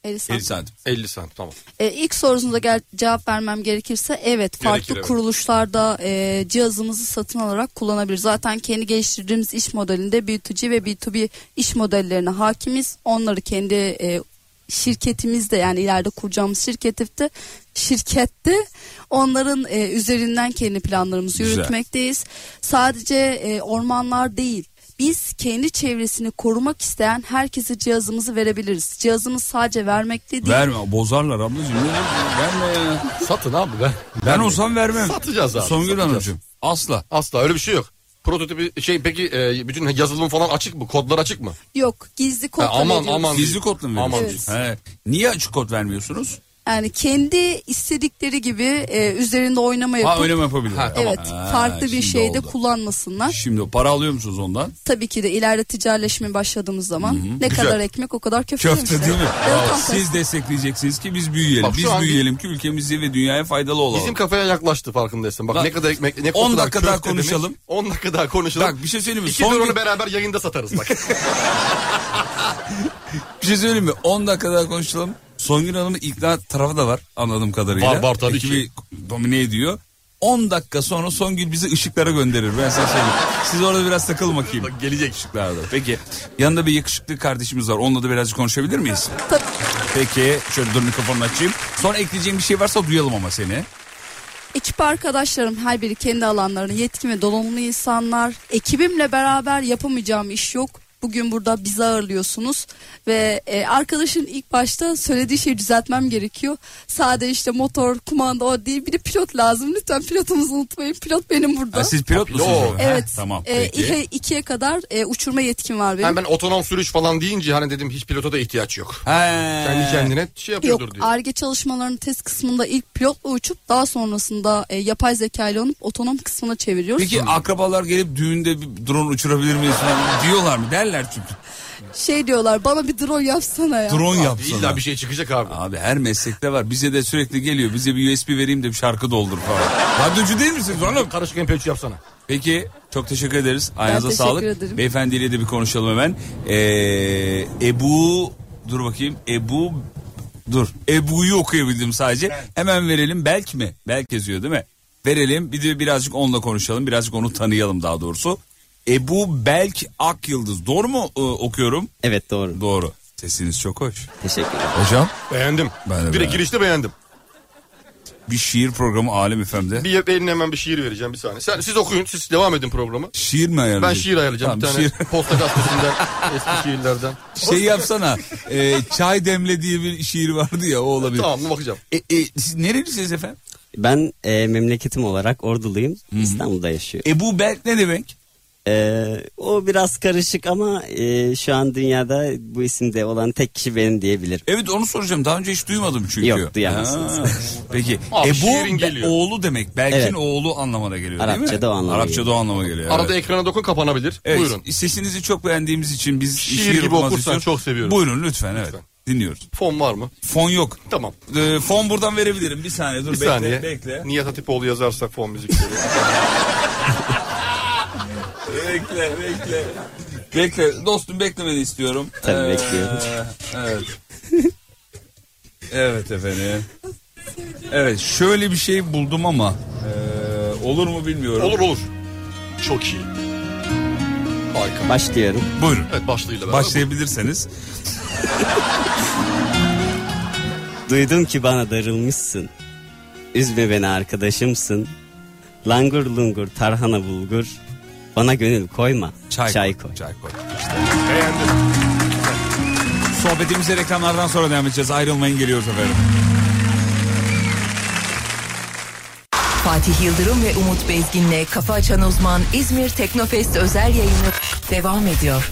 elli santim. elli santim. elli santim tamam. E, ilk sorunuza gel- cevap vermem gerekirse evet farklı Gerekir, evet. kuruluşlarda e, cihazımızı satın alarak kullanabilir. Zaten kendi geliştirdiğimiz iş modelinde B iki G ve B iki B iş modellerine hakimiz. Onları kendi e, şirketimizde yani ileride kuracağımız şirkette şirkette onların e, üzerinden kendi planlarımızı Güzel. yürütmekteyiz. Sadece e, ormanlar değil. Biz kendi çevresini korumak isteyen herkese cihazımızı verebiliriz. Cihazımız sadece vermekte değil. Verme, bozarlar ablacığım. Ne- Verme ya. Satın abi ben. Ben olsam vermem. Satacağız abi. Songül satacağız. Hanımcığım. Asla. Asla öyle bir şey yok. Prototipi şey peki e, bütün yazılım falan açık mı? Kodlar açık mı? Yok, gizli kodla Ha, aman, veriyoruz. aman. Gizli kodla mı Aman veriyorsunuz? He. Niye açık kod vermiyorsunuz? Yani kendi istedikleri gibi e, üzerinde oynama yapıp Ha öyle mi yapabilirler? Ha, tamam. evet Ha, farklı bir şimdi şeyde oldu. kullanmasınlar. Şimdi para alıyor musunuz ondan? Tabii ki de ileride ticaretleşmeye başladığımız zaman ne Güzel. kadar ekmek o kadar köfte. Köfte demişler. değil mi? Evet, tam Siz tersi. destekleyeceksiniz ki biz büyüyelim. Bak şu biz an- büyüyelim ki ülkemize ve dünyaya faydalı olalım. Bizim kafaya yaklaştı farkındaysan. Bak Bak, ne kadar ekmek ne on kadar dakika daha köfte demiş. konuşalım. on dakika daha konuşalım. Bak bir şey söyleyeyim mi? İki Son drone'u gün- beraber yayında satarız bak. Bir şey söyleyeyim mi? on dakika daha konuşalım. Songül Hanım'ın ikna tarafı da var anladığım kadarıyla. Var, var tabii Ekibi ki. domine ediyor. on dakika sonra Songül bizi ışıklara gönderir. Ben sana söyleyeyim. Siz orada biraz takılın bakayım. Bak, gelecek. Işıklarda. Peki yanında bir yakışıklı kardeşimiz var. Onunla da birazcık konuşabilir miyiz? Tabii. Peki şöyle dur mikrofonunu açayım. Sonra ekleyeceğim bir şey varsa duyalım ama seni. Ekip arkadaşlarım her biri kendi alanlarını yetkin ve donanımlı insanlar. Ekibimle beraber yapamayacağım iş yok. Bugün burada bizi ağırlıyorsunuz ve e, arkadaşın ilk başta söylediği şeyi düzeltmem gerekiyor. Sadece işte motor, kumanda o değil, bir de pilot lazım. Lütfen pilotumuzu unutmayın. Pilot benim burada. Ha, siz pilot musunuz? Pilot. Heh, Evet. tamam E, peki. iki, ikiye kadar e, uçurma yetkim var benim. Yani ben otonom sürüş falan deyince hani dedim hiç pilota da ihtiyaç yok. He. Kendi kendine şey Yok, yapıyordur diye. Ar-Ge çalışmalarının test kısmında ilk pilotla uçup daha sonrasında e, yapay zeka ile olup otonom kısmına çeviriyoruz. Peki akrabalar gelip düğünde bir drone uçurabilir miyiz falan diyorlar mı? Derler çünkü. Şey diyorlar, bana bir drone yapsana ya. Drone Abi, yapsana. İlla bir şey çıkacak abi. Abi her meslekte var. Bize de sürekli geliyor. Bize bir U S B vereyim de bir şarkı doldur falan. Radyocu değil misiniz oğlum? Karışık M P üç yapsana. Peki çok teşekkür ederiz. Ayağınıza teşekkür sağlık. ederim. Beyefendiyle de bir konuşalım hemen. Ee, Ebu dur bakayım. Ebu dur. Ebu'yu okuyabildim sadece. Hemen verelim. Belk mi? Belk yazıyor değil mi? Verelim. Bir de birazcık onunla konuşalım. Birazcık onu tanıyalım daha doğrusu. Ebu Belk Akyıldız. Doğru mu e, okuyorum? Evet doğru. Doğru. Sesiniz çok hoş. Teşekkür ederim. Hocam Beğendim. Ben de Direkt beğendim. girişte beğendim. bir şiir programı Alem F M'de. Bir eline hemen bir şiir vereceğim bir saniye. Sen, siz okuyun, siz devam edin programı. Şiir mi Ben ayarlayacağım? şiir ayarlayacağım. Tamam, bir tane şiir. posta gazetesinden eski şiirlerden. Şey yapsana. e, çay demle diye bir şiir vardı ya, o olabilir. Tamam mı bakacağım. E, e, siz nerelisiniz efendim? Ben e, memleketim olarak Orduluyum. İstanbul'da yaşıyorum. Ebu Belk ne demek? E, o biraz karışık ama e, şu an dünyada bu isimde olan tek kişi benim diyebilirim. Evet onu soracağım. Daha önce hiç duymadım çünkü. Yok, duyamazsınız. Ha, Peki. Abi, Ebu şiirin Be- geliyor. oğlu demek. Belkin Evet. oğlu anlamına geliyor değil mi? Arapçada o anlama Arapçada geliyor. o anlama geliyor. Arada evet. ekrana dokun kapanabilir. Evet, Buyurun. Sesinizi çok beğendiğimiz için biz Şiir şiir, gibi okumanızı okursan istiyoruz. çok seviyorum. Buyurun lütfen, evet. Lütfen. Dinliyoruz. Fon var mı? Fon yok. Tamam. Ee, fon buradan verebilirim. Bir saniye dur Bir bekle, saniye. bekle. Nihat Hatipoğlu yazarsak fon müzikleri. Bekle bekle. Bekle dostum, beklemeni istiyorum. Tabii, bekliyorum. Evet. Evet efendim. Evet şöyle bir şey buldum ama e, olur mu bilmiyorum. Olur olur. Çok iyi. Harika. Başlıyorum. Buyurun. Evet başlığıyla beraber. Başlayabilirseniz. Duydum ki bana darılmışsın. Üzme beni arkadaşımsın. Langur lungur tarhana bulgur. Bana gönül koyma. Çay, Çay koy. koy. Çay koy. İşte. Beğendim. Sohbetimize reklamlardan sonra devam edeceğiz. Ayrılmayın, geliyoruz efendim. Fatih Yıldırım ve Umut Bezgin'le Kafa Açan Uzman İzmir Teknofest özel yayını devam ediyor.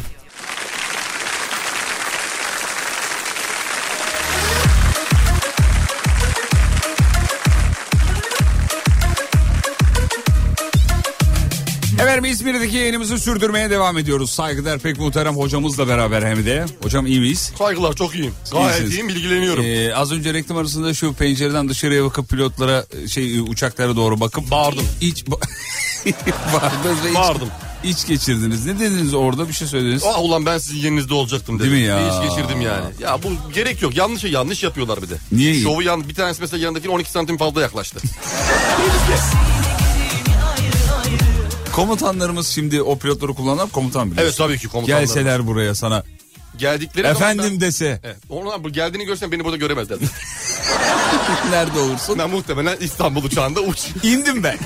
Efendim İzmir'deki yayınımızı sürdürmeye devam ediyoruz. Saygıdeğer pek muhterem hocamızla beraber hem de. Hocam iyi miyiz? Saygılar, çok iyiyim. Gayet İyisiniz. iyiyim, bilgileniyorum. Ee, az önce reklam arasında şu pencereden dışarıya bakıp pilotlara şey uçaklara doğru bakıp Bağırdım. Hiç ba- bağırdınız ve hiç Bağırdım. İç geçirdiniz. Ne dediniz orada, bir şey söylediniz. Ah ulan ben sizin yerinizde olacaktım dedim. Değil mi ya? Bir iş geçirdim yani. Ya bu gerek yok. Yanlış yanlış yapıyorlar bir de. Niye? Şovu yan, bir tanesi mesela yanındakine on iki santim fazla yaklaştı. Komutanlarımız şimdi o pilotları kullanan komutan biliyorsun. Evet tabii ki komutanlar. Gelseler buraya sana. Geldikleri Efendim zaman ben, dese. Evet. Onlar bu geldiğini görsen beni burada göremezler. Nerede olursun? Ben muhtemelen İstanbul uçağında uç. İndim ben.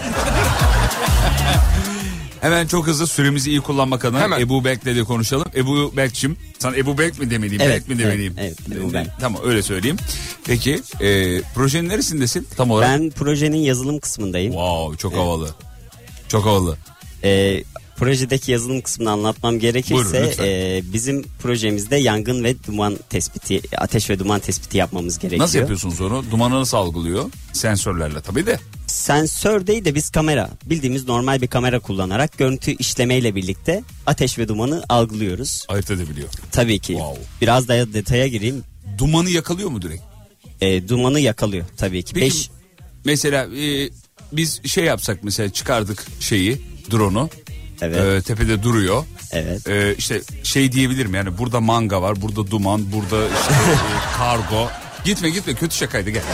Hemen çok hızlı süremizi iyi kullanmak adına Hemen. Ebu Bek'le de konuşalım. Ebu Bek'cim, sana Ebu Bek mi demeliyim, Evet, Bek mi demeliyim? evet, evet, Ebu Bek. Tamam, öyle söyleyeyim. Peki e, projenin neresindesin tam olarak? Ben projenin yazılım kısmındayım. Wow, çok havalı. Çok havalı. Ee, projedeki yazılım kısmını anlatmam Buyurun, gerekirse lütfen. e, bizim projemizde yangın ve duman tespiti, ateş ve duman tespiti yapmamız gerekiyor. Nasıl yapıyorsunuz onu? Dumanı nasıl algılıyor? Sensörlerle tabii de. Sensör değil de biz kamera, bildiğimiz normal bir kamera kullanarak görüntü işlemeyle birlikte ateş ve dumanı algılıyoruz. Ayırt edebiliyor. Tabii ki. Wow. Biraz daha detaya gireyim. Dumanı yakalıyor mu direkt? E, dumanı yakalıyor tabii ki. Peki, Beş, mesela e, biz şey yapsak, mesela çıkardık şeyi, drone'u. evet. E, tepede duruyor. Evet. E, işte şey diyebilirim yani, burada manga var, burada duman, burada işte e, kargo. Gitme gitme, kötü şakaydı, gel.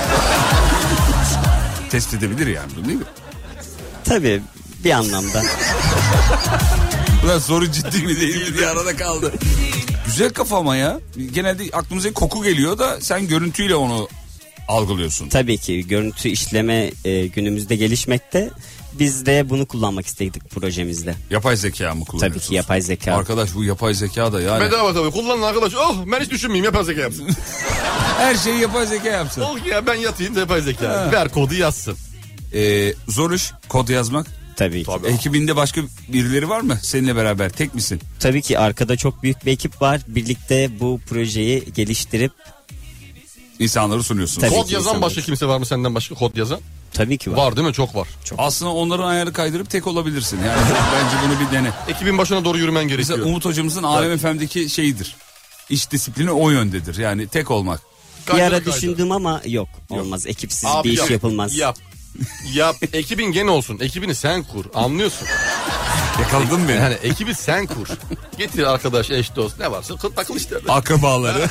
Test edebilir yani, değil mi? Tabii bir anlamda. Ulan soru ciddi mi değil mi diye arada kaldı. Güzel kafa ama ya. Genelde aklımıza koku geliyor da sen görüntüyle onu algılıyorsun. Tabii ki görüntü işleme e, günümüzde gelişmekte. Biz de bunu kullanmak istedik projemizde. Yapay zeka mı kullanıyorsunuz? Tabii ki yapay zeka. Arkadaş bu yapay zeka da yani. Bedava tabii. Kullanın arkadaş. Oh ben hiç düşünmeyeyim, yapay zeka yapsın. Her şeyi yapay zeka yapsın. Oh ya ben yatayım da yapay zeka. Ha. Ver kodu yazsın. Ee, zor iş kod yazmak. Tabii ki. Tabii. Ekibinde başka birileri var mı? Seninle beraber tek misin? Tabii ki arkada çok büyük bir ekip var. Birlikte bu projeyi geliştirip İnsanları sunuyorsunuz. Tabii Kod ki yazan insanlar. başka kimse var mı senden başka kod yazan? tabii ki var. Var değil mi? Çok var. Çok. Aslında onların ayarı kaydırıp tek olabilirsin. Yani bence bunu bir dene. Ekibin başına doğru yürümen gerekiyor. Mesela Umut hocamızın Alem F M'deki şeyidir. İş disiplini o yöndedir. Yani tek olmak. Bir Kaydır, ara kaydır. düşündüm ama yok, olmaz. Ekipsiz Abi bir iş yap, yapılmaz. Yap. Yap. Ekibin gene olsun. Ekibini sen kur. Anlıyorsun. Yakaladın mı beni? Yani ekibi sen kur. Getir arkadaş, eş, dost ne varsa takıl işte. Akrabaları.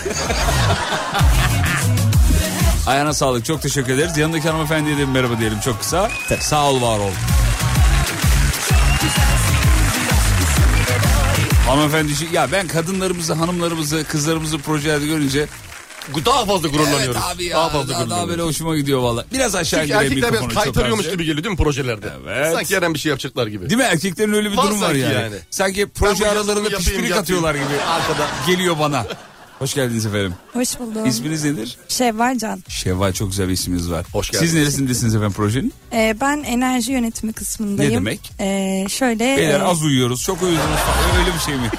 Ayağına sağlık, çok teşekkür ederiz. Yanındaki hanımefendiye de bir merhaba diyelim çok kısa. Sağ ol, var ol. Hanımefendi, ya ben kadınlarımızı, hanımlarımızı, kızlarımızı projelerde görünce Daha fazla gururlanıyoruz. evet abi ya, daha daha, fazla daha, gururlanıyoruz. böyle hoşuma gidiyor valla. Biraz aşağı Çünkü gireyim erkekler biraz mikrofonu, çok kaytarıyormuş az. gibi geliyor değil mi projelerde? Evet. Sanki her an bir şey yapacaklar gibi. Değil mi? Erkeklerin öyle bir Var durum var sanki yani. yani. Sanki proje Ben bu aralarında yazılımı yapayım, pişpirik yapayım. atıyorlar gibi arkada geliyor bana. Hoş geldiniz efendim. Hoş buldum. İsminiz nedir? Şevval Can. Şevval, çok güzel bir isminiz var. Hoş geldiniz. Siz neresindesiniz efendim projenin? Ee, ben enerji yönetimi kısmındayım. Ne demek? Ee, şöyle. Beyler e, az uyuyoruz, çok uyudunuz falan, öyle bir şey mi?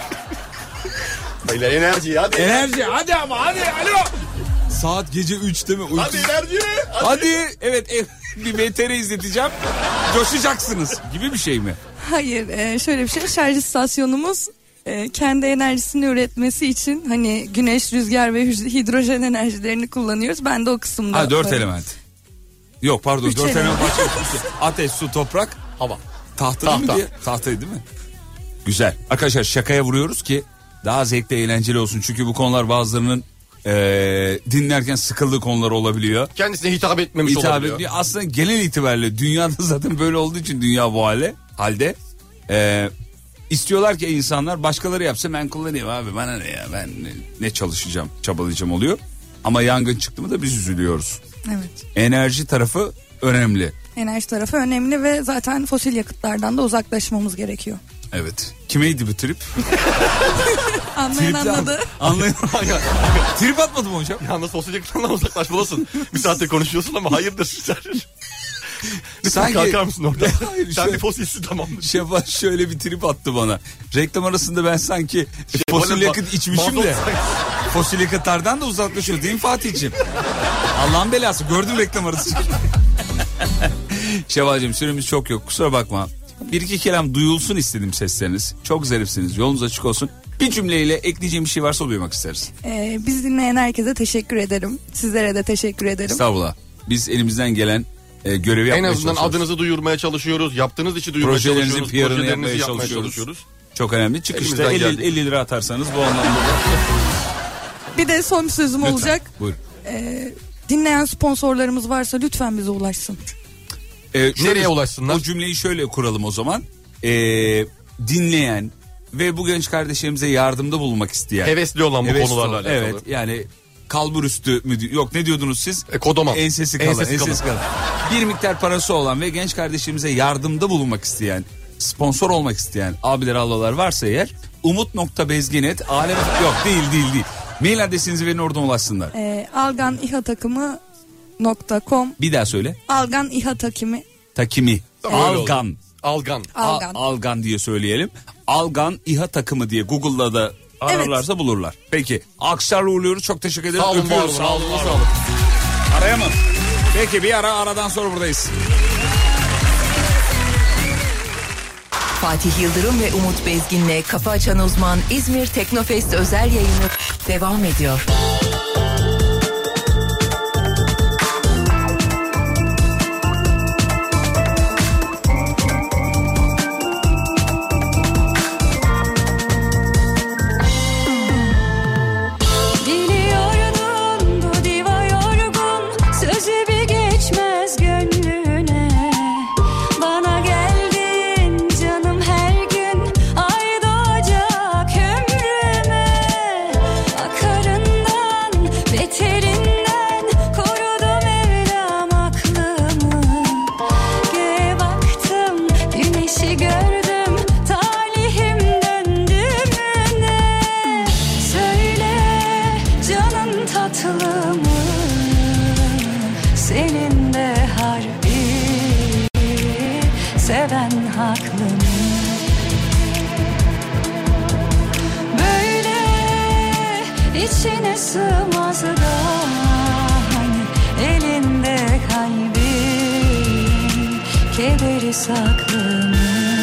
Öyle enerji hadi. Enerji, hadi ama hadi, alo. Saat gece üç değil mi? Uykusuz. Hadi enerji. Hadi. Hadi, evet, e, bir B T R izleteceğim. Coşacaksınız gibi bir şey mi? Hayır, e, şöyle bir şey. Şarj istasyonumuz e, kendi enerjisini üretmesi için hani güneş, rüzgar ve hü- hidrojen enerjilerini kullanıyoruz. Ben de o kısımda. Ha, dört varım. element. Yok pardon, Üç dört element element. başka. Ateş, su, toprak, Hava. tahta değil mi Tahta. diye? Tahtaydı değil mi? Güzel. Arkadaşlar şakaya vuruyoruz ki daha zevkli, eğlenceli olsun. Çünkü bu konular bazılarının eee, dinlerken sıkıldığı konular olabiliyor. Kendisine hitap etmemiş hitap olabiliyor. ediyor. Aslında genel itibariyle dünyada zaten böyle olduğu için, dünya bu hale halde eee, istiyorlar ki insanlar başkaları yapsa ben kullanayım abi, bana ne ya, ben ne, ne çalışacağım, çabalayacağım oluyor. Ama yangın çıktı mı da biz üzülüyoruz. Evet. Enerji tarafı önemli. Enerji tarafı önemli ve zaten fosil yakıtlardan da uzaklaşmamız gerekiyor. Evet. Kimeydi bu trip? Anlayan Tripli an- anladı. Anlayan. Trip atmadım mı hocam? Yalnız sosyal yakınlardan uzaklaşmalısın. Bir saattir konuşuyorsun ama hayırdır. Lütfen Sanki- kalkar mısın orada? Hayır, Sen şöyle- bir fosilsin tamamdır. Şevval şöyle bir trip attı bana. Reklam arasında ben sanki fosil Şevval'in yakıt ma- içmişim mazot de. sanki. Fosil yakıtlardan da uzaklaşıyor değil mi Fatih'ciğim? Allah'ın belası, gördüm reklam arası. Şevval'cığım süremiz çok yok, kusura bakma. Bir iki kelam duyulsun istedim sesleriniz. Çok zarifsiniz, yolunuz açık olsun. Bir cümleyle ekleyeceğim bir şey varsa duymak isteriz. Ee, biz dinleyen herkese teşekkür ederim. Sizlere de teşekkür ederim. Estağfurullah. Biz elimizden gelen e, görevi yapmaya En azından çalışıyoruz. adınızı duyurmaya çalışıyoruz. Yaptığınız işi duyurmaya Projelerinizin çalışıyoruz. P R'ını Projelerinizi yapmaya yapmaya çalışıyoruz. çalışıyoruz. Çok önemli. Çıkışta Elimizden elli, geldi. elli lira atarsanız bu anlamda. Bir de son bir sözüm Lütfen, olacak. buyurun. Ee, dinleyen sponsorlarımız varsa lütfen bize ulaşsın. Ee, şöyle, Nereye ulaşsınlar? O cümleyi şöyle kuralım o zaman. Ee, dinleyen ve bu genç kardeşlerimize yardımda bulunmak isteyen. Hevesli olan bu Hevesli konularla olan, alakalı. Evet, yani kalbur üstü mü di- yok ne diyordunuz siz? E, kodoman. Ensesi kalan. Ensesi Ensesi kalan. kalan. Bir miktar parası olan ve genç kardeşlerimize yardımda bulunmak isteyen, sponsor olmak isteyen abiler ablalar varsa eğer umut nokta bezginet alem yok değil değil değil. Mail adresinizi verin, oradan ulaşsınlar. Ee, algan iha takımı nokta com Bir daha söyle. Algan iha takımı Takimi. Tamam, öyle Algan. Algan. Algan. Al- Algan diye söyleyelim. Algan İHA takımı diye Google'da da ararlarsa bulurlar. Peki. Alkışlarla uğurluyoruz. Çok teşekkür ederiz. Sağ olun, var Öpüyoruz. olun. Sağ olun. Ağzınıza var olun. sağlık. Arayamam. Peki bir ara, aradan sonra buradayız. Fatih Yıldırım ve Umut Bezgin'le Kafa Açan Uzman İzmir Teknofest özel yayını devam ediyor. Biliyordun bu diva yorgun, sözü bir geçmez gönlüne. Bana geldin canım her gün, ay doğacak ömrüme. Akarından, beterinden korudu Mevlam aklımı. Göğe baktım, güneşi gördüm, talihim döndü mü ne? Söyle canın tatlı mı? Senin de harbi seven haklı mı? Böyle içine sığmaz da hani elinde kalbin kederi saklı mı?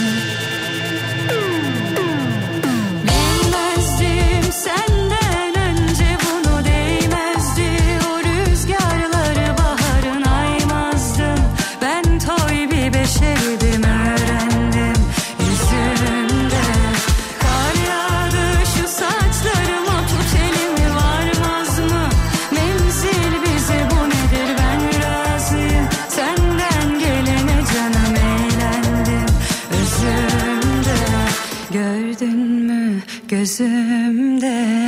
Bilmezdim senden önce bunu, değmezdi o rüzgarları, baharın aymazdım. Ben toy bir beşerdim, öğrendim yüzümde. Kar yağdı şu saçlarıma, tut elimi varmaz mı? Menzil bize bu nedir, ben razıyım. Senden gelene canım eğlendim özümde. Gördün mü gözümde?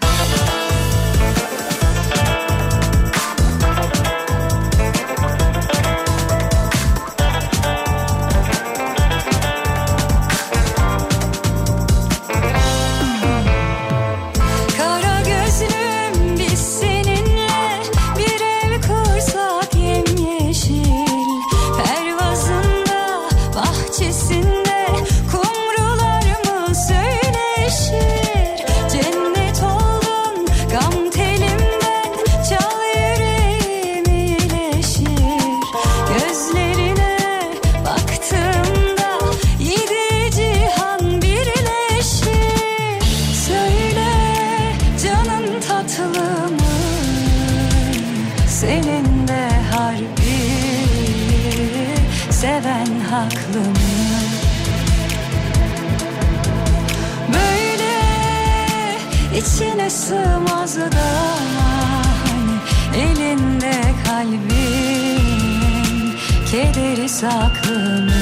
Kara gözlüm biz seninle bir ev kursak yemyeşil. Pervazında, bahçesinde kumrular mı söyleşir? Cennet oldun gam telimden, çal yüreğim iyileşir. Gözlerine baktığımda yedi cihan birleşir. Söyle canın tatlı mı? Senin de harbi seven haklı mı? Böyle içine sığmaz da hani elinde kalbin kederi saklı mı?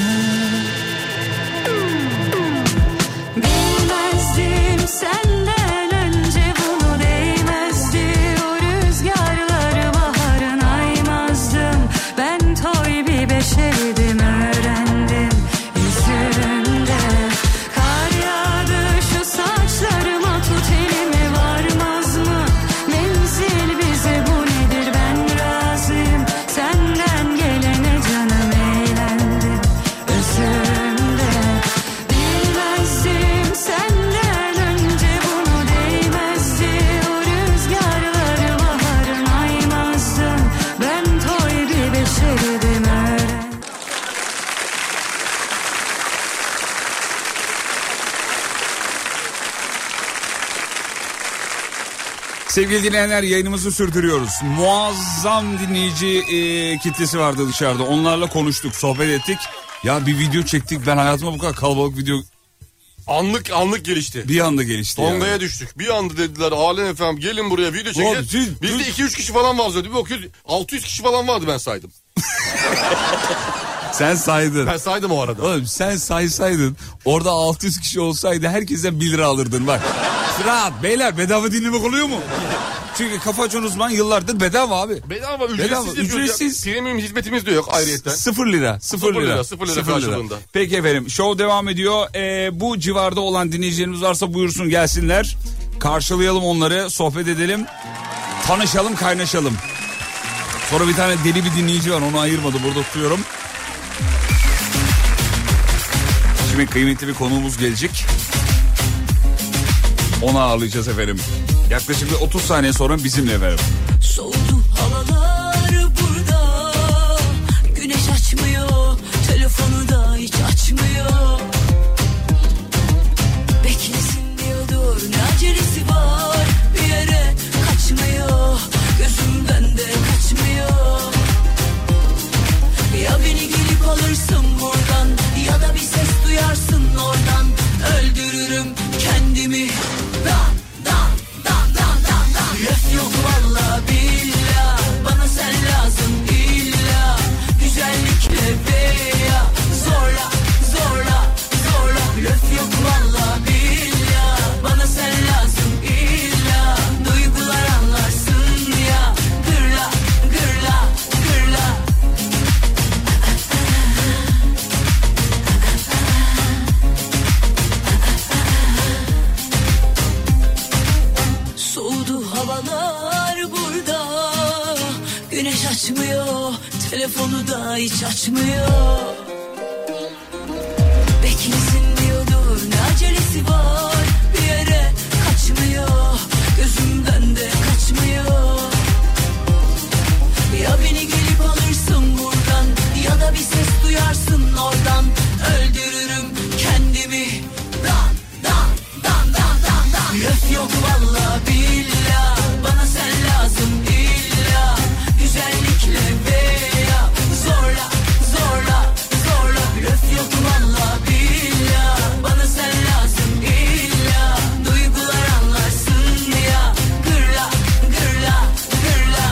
Bilmezdim senden önce bunu, değmezdi o rüzgarları, baharın aymazdım. Ben toy bir beşerdim, öğrendim yüzümde. Kar yağdı şu saçlarıma, tut elimi varmaz mı? Menzil bize bu nedir, ben razıyım. Senden gelene canım eğlendim Sevgili dinleyenler, yayınımızı sürdürüyoruz. Muazzam dinleyici e, kitlesi vardı dışarıda. Onlarla konuştuk, sohbet ettik. Ya bir video çektik. Ben hayatımda bu kadar kalabalık video... Anlık anlık gelişti. Bir anda gelişti. Tonga'ya yani. düştük. Bir anda dediler Alem efendim gelin buraya video çekeceğiz. siz- Bizde iki üç kişi falan vardı. Bir bakıyoruz altı yüz kişi falan vardı, ben saydım. Sen saydın. Ben saydım o arada. Oğlum sen saysaydın, orada altı yüz kişi olsaydı herkesten bir lira alırdın bak. Rahat beyler, bedava dinlemek oluyor mu? Çünkü Kafa Açan Uzman yıllardır bedava abi. Bedava, ücretsiz. Bedava, yapıyoruz ücretsiz. Ya. Premium hizmetimiz de yok ayrıyetten. Sıfır lira. Sıfır, Sıfır lira. lira, sıfır lira karşılığında. Peki efendim, show devam ediyor. Ee, bu civarda olan dinleyicilerimiz varsa buyursun gelsinler. Karşılayalım onları, sohbet edelim. Tanışalım, kaynaşalım. Sonra bir tane deli bir dinleyici var, onu ayırmadı, burada tutuyorum. Şimdi kıymetli bir konuğumuz gelecek. Onu ağırlayacağız efendim. Yaklaşık bir otuz saniye sonra bizimle efendim. Soğudu havalar burada, güneş açmıyor, telefonu da hiç açmıyor. Beklesin diyordur, ne acelesi var, bir yere kaçmıyor, gözümden de kaçmıyor. Ya beni gelip alırsın buradan, ya da bir ses duyarsın oradan, öldürürüm kendimi. Dan dan dan dan dan dan. Laf yok valla billah, bana sen lazım illa. Güzellikle veya zorla zorla zorla. Laf yok valla billah, bana sen lazım illa. Duygular anlarsın ya, gırla gırla gırla. Soğudu havalar burada, güneş açmıyor, telefonu da hiç açmıyor. Beklesin diyordur, ne acelesi var, bir yere kaçmıyor, gözümden de kaçmıyor. Ya beni gelip alırsın buradan, ya da bir ses duyarsın oradan, öldürürüm kendimi. Dan dan dan dan dan dan. Laf yok valla billah, bana sen lazım illa. Güzellikle veya zorla zorla zorla. Laf yok valla billah, bana sen lazım illa. Duygular anlarsın ya, gırla gırla gırla.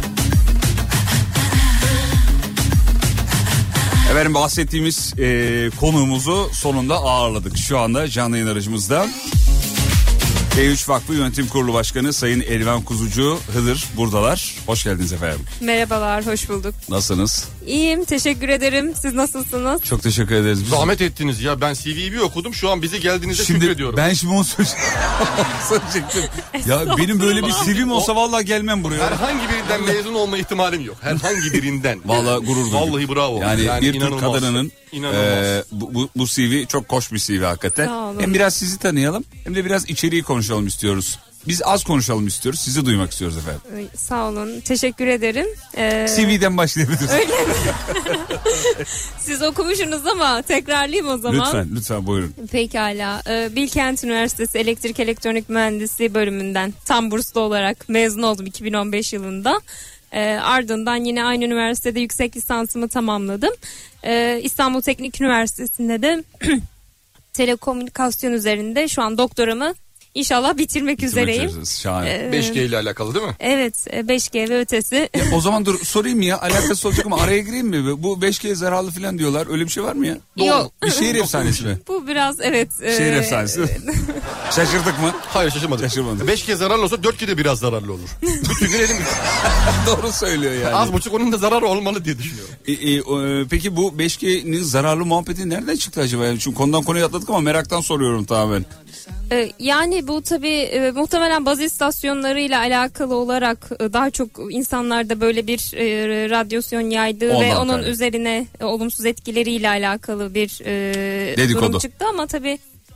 Efendim bahsettiğimiz e, konuğumuzu sonunda ağırladık. Şu anda canlı yayın aracımızda. B üç Vakfı Yönetim Kurulu Başkanı Sayın Elvan Kuzucu Hıdır buradalar. Hoş geldiniz efendim. Merhabalar, hoş bulduk. Nasılsınız? İyiyim, teşekkür ederim. Siz nasılsınız? Çok teşekkür ederiz. Biz... Zahmet ettiniz ya, ben C V'yi bir okudum, şu an bize geldiğinize Şimdi şükrediyorum. ben şimdi onu söyleyecektim. Ya benim böyle bir C V'm olsa vallahi gelmem buraya. Herhangi birinden mezun olma ihtimalim yok. Herhangi birinden. Vallahi gurur duydum. Vallahi bravo. Yani, Yani bir Türk inanılmaz. kadınının e, bu, bu, bu C V çok hoş bir C V hakikaten. Sağ olun. Hem biraz sizi tanıyalım hem de biraz içeriği konuşalım istiyoruz. Biz az konuşalım istiyoruz, sizi duymak istiyoruz efendim. Ay, Sağ olun, teşekkür ederim. Ee, C V'den başlayabiliriz. Öyle mi? Siz okumuşsunuz ama tekrarlayayım o zaman. Lütfen, lütfen buyurun. Pekala. Ee, Bilkent Üniversitesi Elektrik Elektronik Mühendisliği bölümünden tam burslu olarak mezun oldum iki bin on beş yılında. Ee, ardından yine aynı üniversitede yüksek lisansımı tamamladım. Ee, İstanbul Teknik Üniversitesi'nde de telekomünikasyon üzerinde şu an doktoramı İnşallah bitirmek üzereyim. Şahane. Ee, beş G ile alakalı değil mi? Evet, beş G ve ötesi. Ya, o zaman dur sorayım ya, alakası olacak ama araya gireyim mi? Bu beş G zararlı falan diyorlar, öyle bir şey var mı ya? Yok. Bir şehir efsanesi mi? Bu biraz evet. Şehir e, efsanesi. Şaşırdık mı? Hayır, şaşırmadım. Şaşırmadım. beş G zararlı olsa dört G de biraz zararlı olur. Bütün gün elim. Doğru söylüyor yani. Az buçuk onun da zararı olmalı diye düşünüyorum. E, e, e, peki bu beş G'nin zararlı muhabbeti nereden çıktı acaba? Yani çünkü konudan konuya atladık ama meraktan soruyorum tamamen. E, yani bu tabii e, muhtemelen baz istasyonlarıyla alakalı olarak e, daha çok insanlarda böyle bir e, radyasyon yaydığı Ondan ve onun tabii. üzerine e, olumsuz etkileriyle alakalı bir e, Dedikodu. durum çıktı ama tabii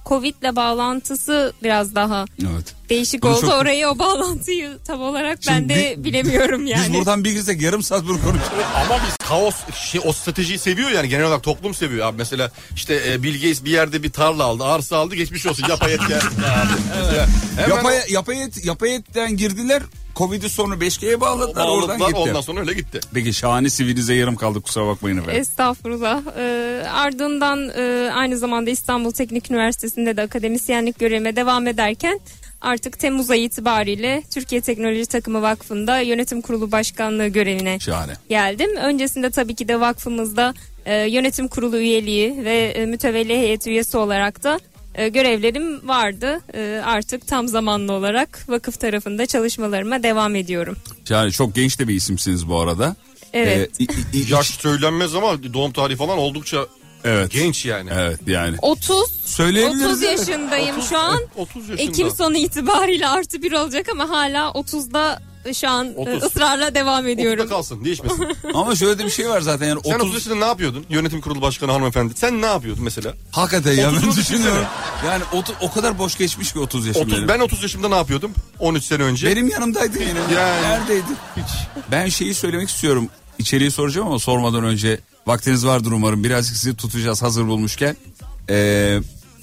Covid'le bağlantısı biraz daha evet. değişik Bunu oldu. çok... Orayı, o bağlantıyı tam olarak Şimdi ben de bi, bilemiyorum yani. Biz buradan bir girsek yarım saat bunu konuşuruz. Ama biz kaos şey, o stratejiyi seviyor yani, genel olarak toplum seviyor abi. Mesela işte e, Bill Gates bir yerde bir tarla aldı, arsa aldı, geçmiş olsun, yapay et geldi. Evet. Yapay, yapay et, yapay etten girdiler. Covid'i sonra beş G'ye bağladılar, oradan gitti. Ondan sonra öyle gitti. Peki şahane sivilize yarım kaldık, kusura bakmayın efendim. Estağfurullah. Ee, ardından e, aynı zamanda İstanbul Teknik Üniversitesi'nde de akademisyenlik görevime devam ederken artık Temmuz ayı itibariyle Türkiye Teknoloji Takımı Vakfı'nda yönetim kurulu başkanlığı görevine şahane. geldim. Öncesinde tabii ki de vakfımızda e, yönetim kurulu üyeliği ve e, mütevelli heyet üyesi olarak da e, görevlerim vardı. E, artık tam zamanlı olarak vakıf tarafında çalışmalarıma devam ediyorum. Yani çok genç de bir isimsiniz bu arada. Evet. Ee, i, i, yaş söylenmez ama doğum tarihi falan oldukça evet. genç yani. Evet yani. otuz otuz evet. yaşındayım otuz, şu an. otuz yaşında. Ekim sonu itibariyle artı bir olacak ama hala otuzda şu an otuz. ısrarla devam ediyorum. otuzda kalsın, değişmesin. Ama şöyle de bir şey var zaten yani. Sen otuz yaşında ne yapıyordun? Yönetim kurulu başkanı hanımefendi. Sen ne yapıyordun mesela? Hakikaten ya, ben düşünüyorum. Yani otuz, o kadar boş geçmiş ki otuz yaşım. otuz, ben otuz yaşımda ne yapıyordum? on üç sene önce. Benim yanımdaydın yine. Yani. Neredeydin? Hiç. Ben şeyi söylemek istiyorum. İçeriği soracağım ama sormadan önce vaktiniz vardır umarım. Birazcık sizi tutacağız hazır bulmuşken. Eee...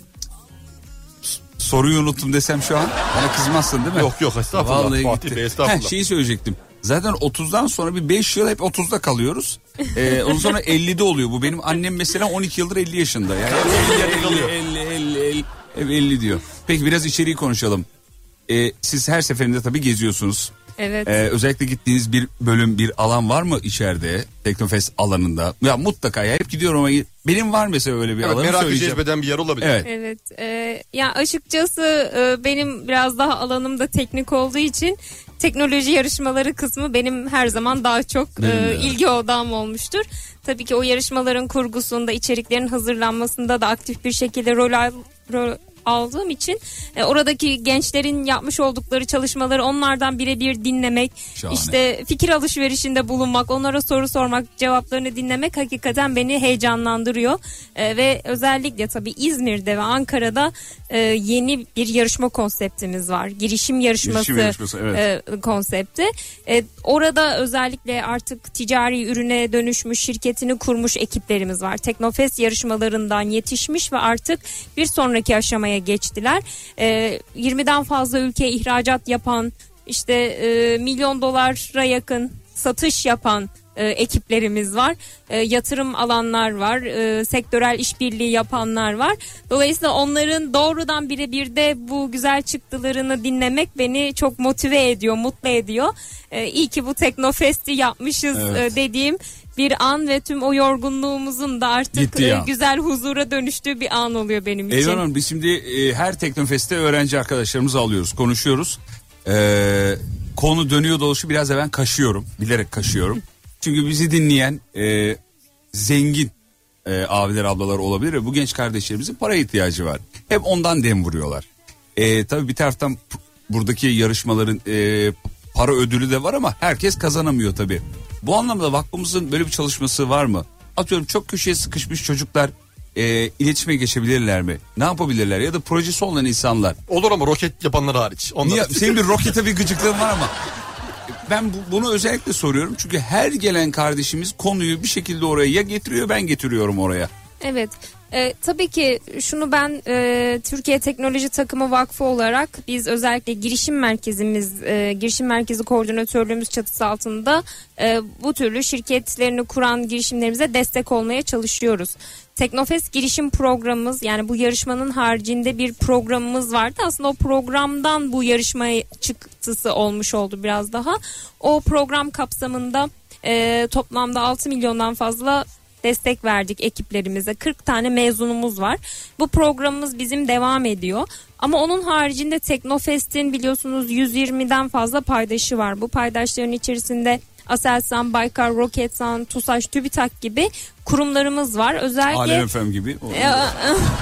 Soruyu unuttum desem şu an bana kızmazsın değil mi? Yok yok, estağfurullah. Vallahi Fatih gitti. Bey, estağfurullah. Heh, şeyi söyleyecektim. Zaten otuzdan sonra bir beş yıl hep otuzda kalıyoruz. Ee, ondan sonra ellide oluyor bu. Benim annem mesela on iki yıldır elli yaşında. Yani elli, elli, elli, elli, elli, elli diyor. Peki biraz içeriği konuşalım. Ee, siz her seferinde tabii geziyorsunuz. Evet. Ee, özellikle gittiğiniz bir bölüm, bir alan var mı içeride? Teknofest alanında. Ya mutlaka ya, hep gidiyorum ama benim var mesela öyle bir evet, alanı merak söyleyeceğim. cezbeden bir yer olabilir. Evet. Evet. E, ya açıkçası e, benim biraz daha alanım da teknik olduğu için teknoloji yarışmaları kısmı benim her zaman daha çok e, ilgi odağım olmuştur. Tabii ki o yarışmaların kurgusunda, içeriklerin hazırlanmasında da aktif bir şekilde rol al, rol aldığım için e, oradaki gençlerin yapmış oldukları çalışmaları onlardan birebir dinlemek, şahane. işte fikir alışverişinde bulunmak, onlara soru sormak, cevaplarını dinlemek hakikaten beni heyecanlandırıyor. E, ve özellikle tabii İzmir'de ve Ankara'da e, yeni bir yarışma konseptimiz var. Girişim yarışması, Girişim yarışması evet. e, konsepti. E, orada özellikle artık ticari ürüne dönüşmüş, şirketini kurmuş ekiplerimiz var. Teknofest yarışmalarından yetişmiş ve artık bir sonraki aşamaya geçtiler. E, yirmiden fazla ülkeye ihracat yapan, işte e, milyon dolara yakın satış yapan e, ekiplerimiz var. E, yatırım alanlar var. E, sektörel işbirliği yapanlar var. Dolayısıyla onların doğrudan birebir de bu güzel çıktılarını dinlemek beni çok motive ediyor, mutlu ediyor. E, iyi ki bu Teknofest'i yapmışız evet. e, dediğim bir an ve tüm o yorgunluğumuzun da artık e, güzel huzura dönüştüğü bir an oluyor benim için. Eyvallah Hanım, biz şimdi e, her Teknofest'te öğrenci arkadaşlarımızı alıyoruz, konuşuyoruz. E, konu dönüyor dolaşıyor, biraz da ben kaşıyorum, bilerek kaşıyorum. Çünkü bizi dinleyen e, zengin e, abiler ablalar olabilir ve bu genç kardeşlerimizin para ihtiyacı var. Hep ondan dem vuruyorlar. E, tabii bir taraftan buradaki yarışmaların e, para ödülü de var ama herkes kazanamıyor tabii. Bu anlamda vakfımızın böyle bir çalışması var mı? Atıyorum çok köşeye sıkışmış çocuklar e, iletişime geçebilirler mi? Ne yapabilirler? Ya da projesi olan insanlar. Olur ama roket yapanlar hariç. Onlar... Niye? Senin bir rokete bir gıcıklığın var ama. Ben bu, bunu özellikle soruyorum. Çünkü her gelen kardeşimiz konuyu bir şekilde oraya ya getiriyor, ben getiriyorum oraya. Evet. E, tabii ki şunu ben e, Türkiye Teknoloji Takımı Vakfı olarak biz özellikle girişim merkezimiz, e, girişim merkezi koordinatörlüğümüz çatısı altında e, bu türlü şirketlerini kuran girişimlerimize destek olmaya çalışıyoruz. Teknofest girişim programımız, yani bu yarışmanın haricinde bir programımız vardı. Aslında o programdan bu yarışma çıktısı olmuş oldu biraz daha. O program kapsamında e, toplamda altı milyondan fazla destek verdik ekiplerimize. kırk tane mezunumuz var. Bu programımız bizim devam ediyor. Ama onun haricinde Teknofest'in biliyorsunuz yüz yirmiden fazla paydaşı var. Bu paydaşların içerisinde Aselsan, Baykar, Roketsan, TUSAŞ, TÜBİTAK gibi kurumlarımız var. Özellikle Alem F M gibi.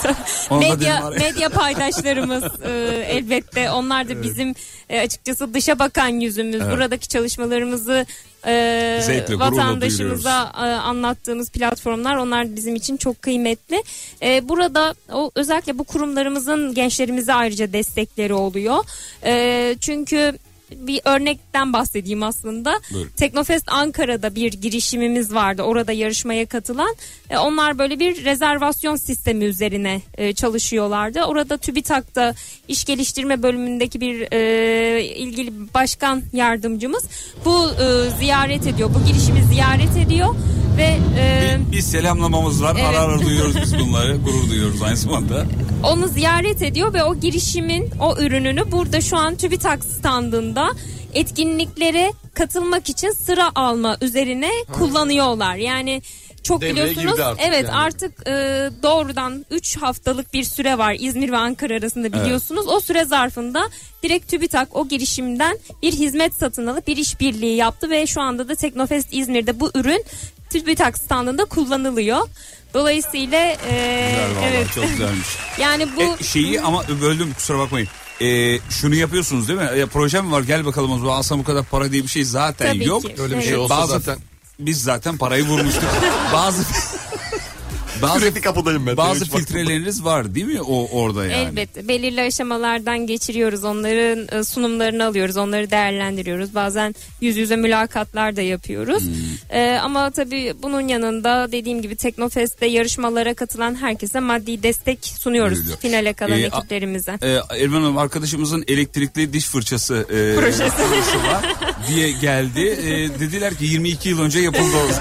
Onda medya benim var. medya paydaşlarımız e, elbette onlar da bizim e, açıkçası dışa bakan yüzümüz. Evet. Buradaki çalışmalarımızı e, Zevkle, gururla vatandaşımıza e, anlattığımız platformlar, onlar bizim için çok kıymetli. E, burada o özellikle bu kurumlarımızın gençlerimize ayrıca destekleri oluyor. E, çünkü bir örnekten bahsedeyim aslında. Buyurun. Teknofest Ankara'da bir girişimimiz vardı. Orada yarışmaya katılan. E, onlar böyle bir rezervasyon sistemi üzerine e, çalışıyorlardı. Orada TÜBİTAK'ta iş geliştirme bölümündeki bir e, ilgili başkan yardımcımız bu e, ziyaret ediyor. Bu girişimi ziyaret ediyor ve e, Bir, bir selamlamamız var. Evet. Ara ara duyuyoruz biz bunları. Gurur duyuyoruz aynı zamanda. onu ziyaret ediyor ve o girişimin o ürününü burada şu an TÜBİTAK standında etkinliklere katılmak için sıra alma üzerine kullanıyorlar. Yani çok Devreye biliyorsunuz girdi artık evet yani. artık e, doğrudan üç haftalık bir süre var İzmir ve Ankara arasında biliyorsunuz. O süre zarfında direkt TÜBİTAK o girişimden bir hizmet satın alıp bir işbirliği yaptı ve şu anda da Teknofest İzmir'de bu ürün TÜBİTAK standında kullanılıyor. Dolayısıyla e, Güzel vallahi, evet çok güzelmiş. yani bu E, şeyi ama böldüm, kusura bakmayın. E, şunu yapıyorsunuz değil mi? E, proje mi var? Gel bakalım o zaman, alsam bu kadar para diye bir şey zaten Tabii yok. ki. Öyle bir Evet. şey olsa Bazı zaten. Biz zaten parayı vurmuştuk. bazı bazı Sürekli kapıdayım ben. bazı Hiç bakma. filtreleriniz var değil mi o orada yani? elbette belirli aşamalardan geçiriyoruz. Onların e, sunumlarını alıyoruz. Onları değerlendiriyoruz. Bazen yüz yüze mülakatlar da yapıyoruz. Hmm. E, ama tabii bunun yanında dediğim gibi Teknofest'te yarışmalara katılan herkese maddi destek sunuyoruz. Veriliyor. Finale kalan Ee, a- ekiplerimize. Ee, Elvan Hanım, arkadaşımızın elektrikli diş fırçası e, Projesi. projesi var diye geldi. E, dediler ki yirmi iki yıl önce yapıldı o.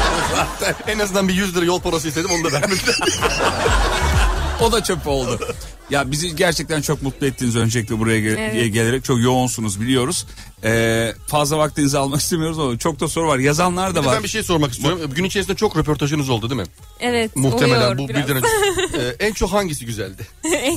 En azından bir yüz lira yol parası istedim, onu da vermediler. O da çöp oldu. Ya bizi gerçekten çok mutlu ettiniz öncelikle buraya gel- Evet. gelerek. Çok yoğunsunuz biliyoruz. Ee, fazla vaktinizi almak istemiyoruz ama çok da soru var. Yazanlar da var. Ben bir şey sormak istiyorum. Gün içerisinde çok röportajınız oldu değil mi? Evet. Muhtemelen oluyor bu biraz. birden önce. Ee, en çok hangisi güzeldi?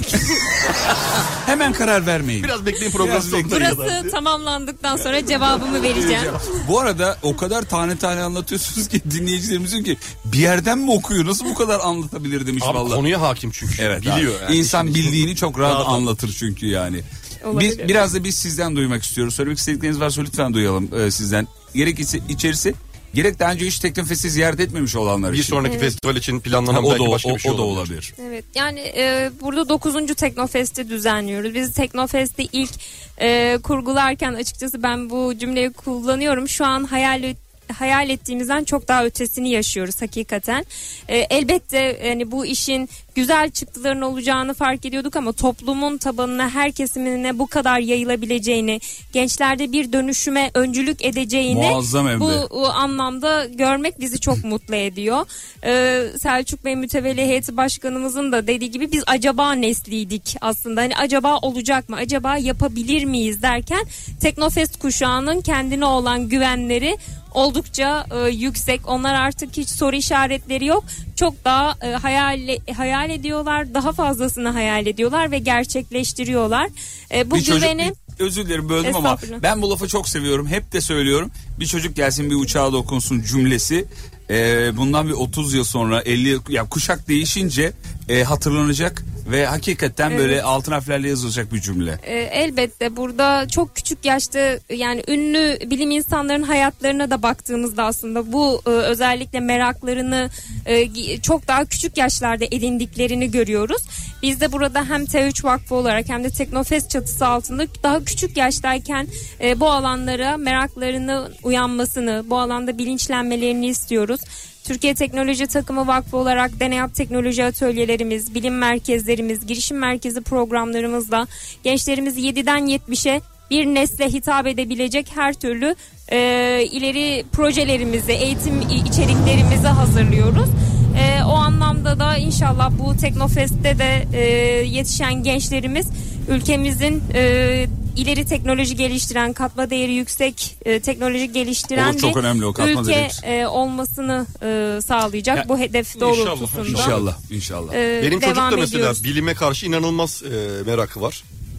Hemen karar vermeyin. Biraz bekleyin, program Biraz sonuna bekleyin. kadar. Burası tamamlandıktan sonra cevabımı vereceğim. Bu arada o kadar tane tane anlatıyorsunuz ki dinleyicilerimizin ki bir yerden mi okuyor? Nasıl bu kadar anlatabilir demiş Abi vallahi. konuya hakim çünkü. Evet, Biliyor abi. yani. İnsan İşin- bildiğini çok rahat Rahat anlatır çünkü yani. Olabilir. Biz, biraz da biz sizden duymak istiyoruz. Söylemek istedikleriniz varsa lütfen duyalım e, sizden. Gerek içi- içerisi, gerek daha önce hiç Teknofest'i ziyaret etmemiş olanlar Bir için. sonraki Evet. festival için Ha, planlanan o da, belki o, başka o, bir şey o da olabilir. olabilir. Evet, yani e, burada dokuzuncu Teknofest'i düzenliyoruz. Biz Teknofest'i ilk e, kurgularken açıkçası ben bu cümleyi kullanıyorum. Şu an hayal hayal ettiğimizden çok daha ötesini yaşıyoruz hakikaten. E, elbette yani bu işin güzel çıktıların olacağını fark ediyorduk ama toplumun tabanına, her kesimine bu kadar yayılabileceğini, gençlerde bir dönüşüme öncülük edeceğini Muazzam hem de. bu o anlamda görmek bizi çok mutlu ediyor. Ee, Selçuk Bey mütevelli heyeti başkanımızın da dediği gibi biz acaba nesliydik aslında. Hani acaba olacak mı? Acaba yapabilir miyiz derken Teknofest kuşağının kendine olan güvenleri oldukça e, yüksek. Onlar artık hiç soru işaretleri yok. Çok daha e, hayal hayal ediyorlar. Daha fazlasını hayal ediyorlar ve gerçekleştiriyorlar. E, bu Bir çocuk, güveni bir- özür dilerim böldüm ama Estağfurullah. ben bu lafı çok seviyorum. Hep de söylüyorum. Bir çocuk gelsin bir uçağa dokunsun cümlesi. Ee, bundan bir otuz yıl sonra elli yıl, ya kuşak değişince e, hatırlanacak ve hakikaten böyle Evet. altın harflerle yazılacak bir cümle. E, elbette burada çok küçük yaşta yani ünlü bilim insanlarının hayatlarına da baktığımızda aslında bu e, özellikle meraklarını e, gi- çok daha küçük yaşlarda edindiklerini görüyoruz. Biz de burada hem T üç Vakfı olarak hem de Teknofest çatısı altında daha küçük yaştayken e, bu alanlara meraklarını uyanmasını, bu alanda bilinçlenmelerini istiyoruz. Türkiye Teknoloji Takımı Vakfı olarak Deneyap Teknoloji Atölyelerimiz, bilim merkezlerimiz, girişim merkezi programlarımızla gençlerimiz yediden yetmişe bir nesle hitap edebilecek her türlü e, ileri projelerimizi, eğitim içeriklerimizi hazırlıyoruz. E, o anlamda da inşallah bu Teknofest'te de e, yetişen gençlerimiz ülkemizin e, ileri teknoloji geliştiren, katma değeri yüksek e, teknoloji geliştiren Olur, çok bir önemli o katma ülke değeri. e, olmasını e, sağlayacak Ya, bu hedef inşallah, doğrultusunda. İnşallah, inşallah. e, Benim çocuk devam da mesela ediyoruz. bilime karşı inanılmaz e, merakı var.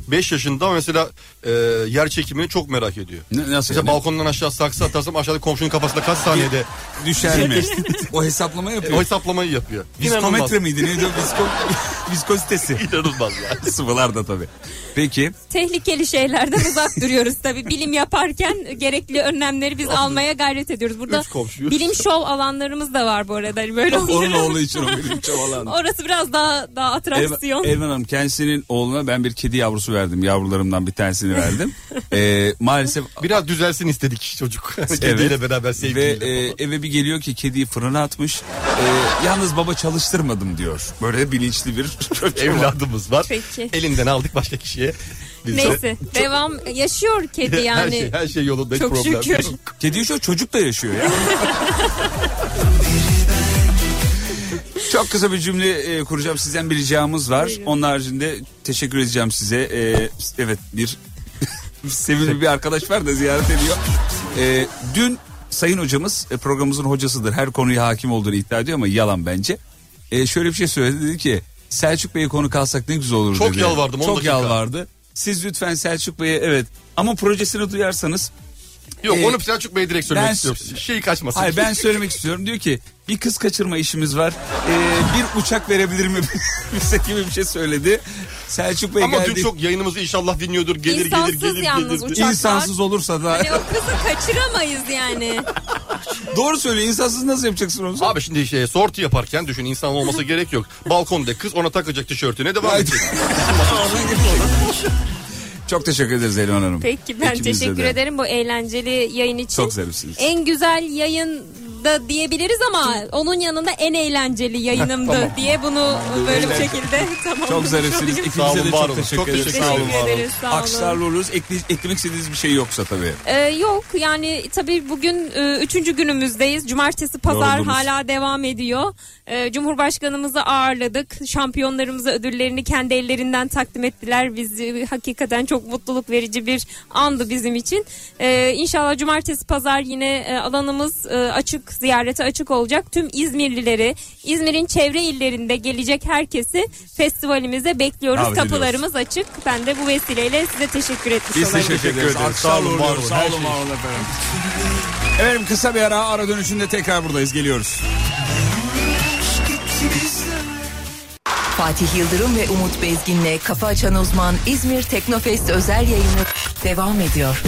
beş yaşında mesela e, yer çekimini çok merak ediyor. Ne, nasıl Mesela yani? balkondan aşağı saksı atarsam aşağıdaki komşunun kafasında kaç saniyede düşer mi? O hesaplama yapıyor. O hesaplamayı yapıyor. Viskometre miydi? Neydi o? Visko... Viskozitesi. İnanılmaz ya. Sıvılar da tabii. Peki. Tehlikeli şeylerden uzak duruyoruz tabii. Bilim yaparken gerekli önlemleri biz almaya gayret ediyoruz. Burada bilim şov alanlarımız da var bu arada. Hani böyle onun oğlu için o bilim şov alanı. Orası biraz daha daha atraksiyon. Elvan Hanım, kendisinin oğluna ben bir kedi yavrusu verdim. Yavrularımdan bir tanesini verdim. ee, maalesef biraz düzelsin istedik çocuk. Kediyle evet. beraber sevgiliyle. Ve e, eve bir geliyor ki kediyi fırına atmış. E, yalnız baba çalıştırmadım diyor. Böyle bilinçli bir evladımız var. Peki. Elinden aldık başka kişiye. Biz Neyse de... devam yaşıyor kedi yani. Her şey, her şey yolunda, çok problem şükür. yok. Kedi yaşıyor, çocuk da yaşıyor ya. Çok kısa bir cümle e, kuracağım. Sizden bir ricamız var. Buyurun. Onun haricinde teşekkür edeceğim size. E, evet bir sevimli bir arkadaş var da ziyaret ediyor. E, dün sayın hocamız e, programımızın hocasıdır. Her konuya hakim olduğunu iddia ediyor ama yalan bence. E, şöyle bir şey söyledi, dedi ki Selçuk Bey'e konu kalsak ne güzel olur çok dedi. Çok yalvardım. Çok yalvardı. Siz lütfen Selçuk Bey'e evet ama projesini duyarsanız. Yok e, onu Selçuk Bey'e direkt söylemek ben, istiyorum. Şeyi kaçmasın. Hayır ben söylemek istiyorum. Diyor ki bir kız kaçırma işimiz var. E, bir uçak verebilir mi? Bize gibi bir şey söyledi. Selçuk Bey ama geldi. Ama dün çok yayınımızı inşallah dinliyordur. Gelir İnsansız gelir gelir. yalnız gelir. uçaklar. İnsansız olursa da. Hani o kızı kaçıramayız yani. Doğru söylüyor. İnsansız nasıl yapacaksın onu? Abi şimdi şey, sorti yaparken düşün, insan olması gerek yok. Balkonda kız ona takacak tişörtüne devam edecek. Çok teşekkür ederiz Elvan Hanım. Peki ben İkimize teşekkür de. ederim bu eğlenceli yayın için. Çok zarifsiniz. En güzel yayın da diyebiliriz ama onun yanında en eğlenceli yayınımdı tamam. diye bunu böyle bir şekilde tamam. Çok zarifsiniz. İkinize de çok teşekkür, çok ederiz. Teşekkür sağ olun, ederiz. Sağ olun. Akşarlı oluruz. Ekle, eklemek istediğiniz bir şey yoksa tabii. Ee, yok yani tabii bugün e, üçüncü günümüzdeyiz. Cumartesi pazar Yoruldunuz. Hala devam ediyor. E, Cumhurbaşkanımızı ağırladık. Şampiyonlarımıza ödüllerini kendi ellerinden takdim ettiler. Bizi hakikaten çok mutluluk verici bir andı bizim için. E, İnşallah cumartesi pazar yine e, alanımız e, açık, ziyarete açık olacak. Tüm İzmirlileri, İzmir'in çevre illerinde gelecek herkesi festivalimize bekliyoruz. Davet Kapılarımız ediyoruz. Açık. Ben de bu vesileyle size teşekkür etmiş Biz olayım. teşekkür ederiz. Sağ olun, var olun. Sağ olun, var olun efendim. Efendim kısa bir ara, ara dönüşünde tekrar buradayız. Geliyoruz. Fatih Yıldırım ve Umut Bezgin'le Kafa Açan Uzman İzmir Teknofest özel yayını devam ediyor.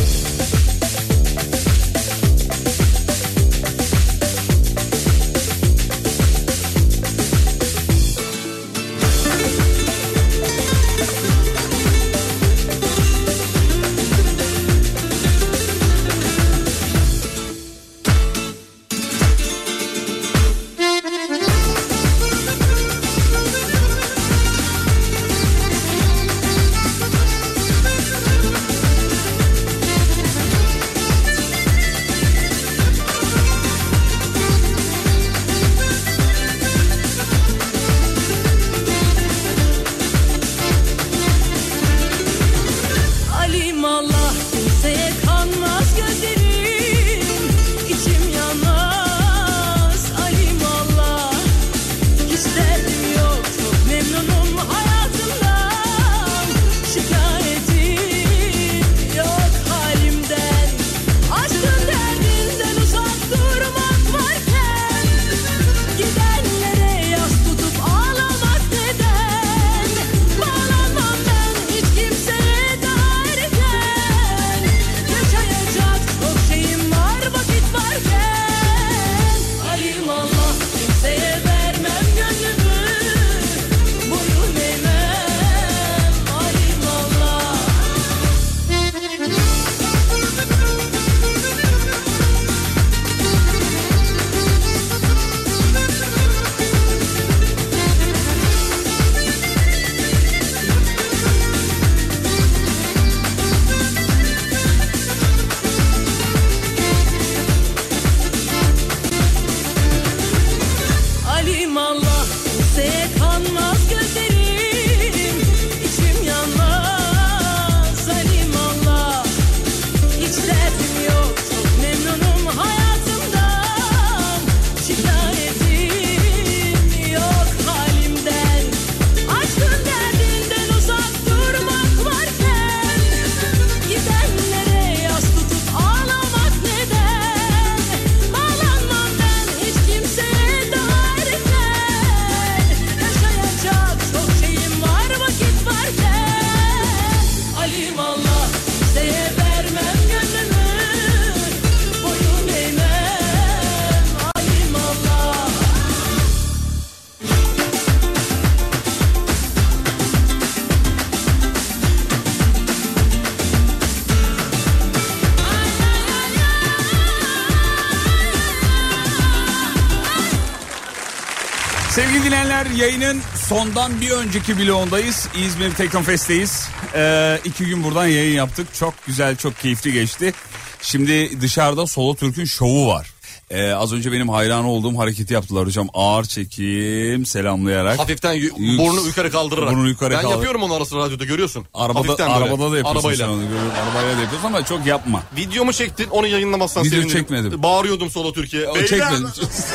dinleyenler, yayının sondan bir önceki bloğundayız. İzmir Teknofest'teyiz. Ee, iki gün buradan yayın yaptık. Çok güzel, çok keyifli geçti. Şimdi dışarıda Solo Türk'ün şovu var. Ee, az önce benim hayran olduğum hareketi yaptılar hocam. Ağır çekim selamlayarak. Hafiften y- burnu yukarı kaldırarak. Burnu yukarı ben kaldır- yapıyorum onu arasında radyoda, görüyorsun. Arabada, arabada da yapıyorsun. Arabayla. Sen onu, arabayla da yapıyorsun ama çok yapma. Videomu çektin, onu yayınlamazsan Video sevinirim. çekmedim. Bağırıyordum Solo Türkiye. O çekmedim.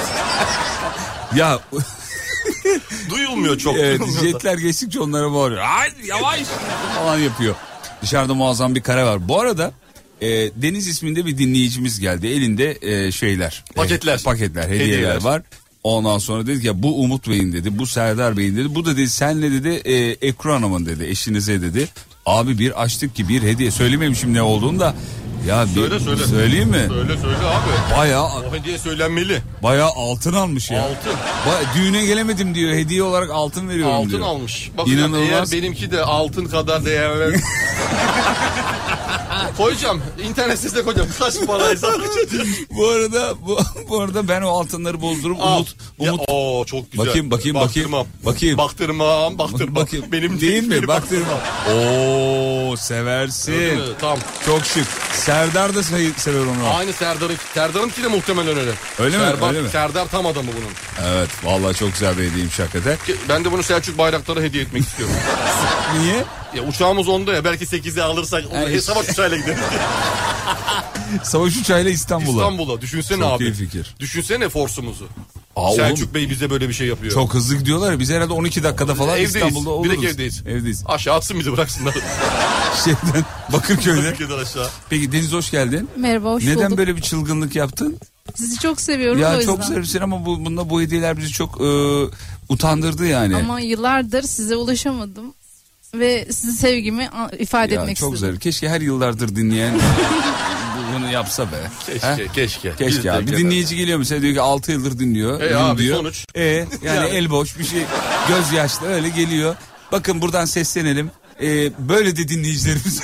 Ya duyulmuyor çok. evet, jetler geçtikçe onlara bağırıyor. Ay yavaş falan yapıyor. Dışarıda muazzam bir kare var. Bu arada e, Deniz isminde bir dinleyicimiz geldi. Elinde e, şeyler. Paketler. E, paketler, hediyeler, hediyeler var. Ondan sonra dedi ki ya bu Umut Bey'in dedi, bu Serdar Bey'in dedi, bu da dedi senle dedi e, Ekru Hanım'ın dedi, eşinize dedi. Abi bir açtık ki bir hediye, söylememişim ne olduğunu da. Ya bir söyle, söyle. Söyleyeyim mi? Söyle söyle abi. Bayağı o hediye söylenmeli. Bayağı altın almış ya. Altın. Ba- düğüne gelemedim diyor. Hediye olarak altın veriyorum altın diyor. Altın almış. Bakacağım İnanılmaz. eğer benimki de altın kadar değerli. Koyacağım. İnternet sitesine koyacağım. Kaç paraysa. bu arada bu, bu arada ben o altınları bozdurup Al. Umut Umut. Ya, oo çok güzel. Bakayım bakayım baktırmam. bakayım. Bakayım. Baktırmam, baktırmam. Bakayım. Benim değil mi? benim Baktırmam. Oo seversin. Tamam. Çok şık. Serdar da say- sever onu. Aynı Serdar'ın. Serdar'ınki de muhtemelen öyle. Öyle mi? Serdar, Öyle mi? Serdar tam adamı bunun. Evet vallahi çok güzel bir hediyeymiş hakikaten. Ben de bunu Selçuk Bayraktar'a hediye etmek istiyorum. Niye? Ya uçağımız onda ya, belki sekize alırsak Yani savaş uçağıyla gideriz. Savaş uçağıyla İstanbul'a. İstanbul'a düşünsene çok abi. Çok iyi fikir. Düşünsene forsumuzu. Aa, Selçuk oğlum, Bey bize böyle bir şey yapıyor. çok hızlı gidiyorlar ya, biz herhalde on iki dakikada falan evdeyiz. İstanbul'da oluruz. Direkt evdeyiz. Evdeyiz. Aşağı atsın bizi, bıraksınlar. Şeyden Bakırköy'de. Bakırköy'den aşağı. Peki Deniz hoş geldin. Merhaba, hoş Neden bulduk. böyle bir çılgınlık yaptın? Sizi çok seviyorum o Ya yüzden. çok sevimsin ama bu, bunda bu hediyeler bizi çok e, utandırdı yani. Ama yıllardır size ulaşamadım. Ve size sevgimi a- ifade Ya etmek çok istedim. güzel. Keşke her yıllardır dinleyen bunu yapsa be. Keşke, He? keşke. Biz Keşke de abi. Bir kemer. dinleyici geliyor mesela diyor ki altı yıldır dinliyor. E bunu abi, diyor. sonuç. E yani, Yani. el boş bir şey, gözyaşlı öyle geliyor. Bakın buradan seslenelim. E, böyle de dinleyicilerimiz.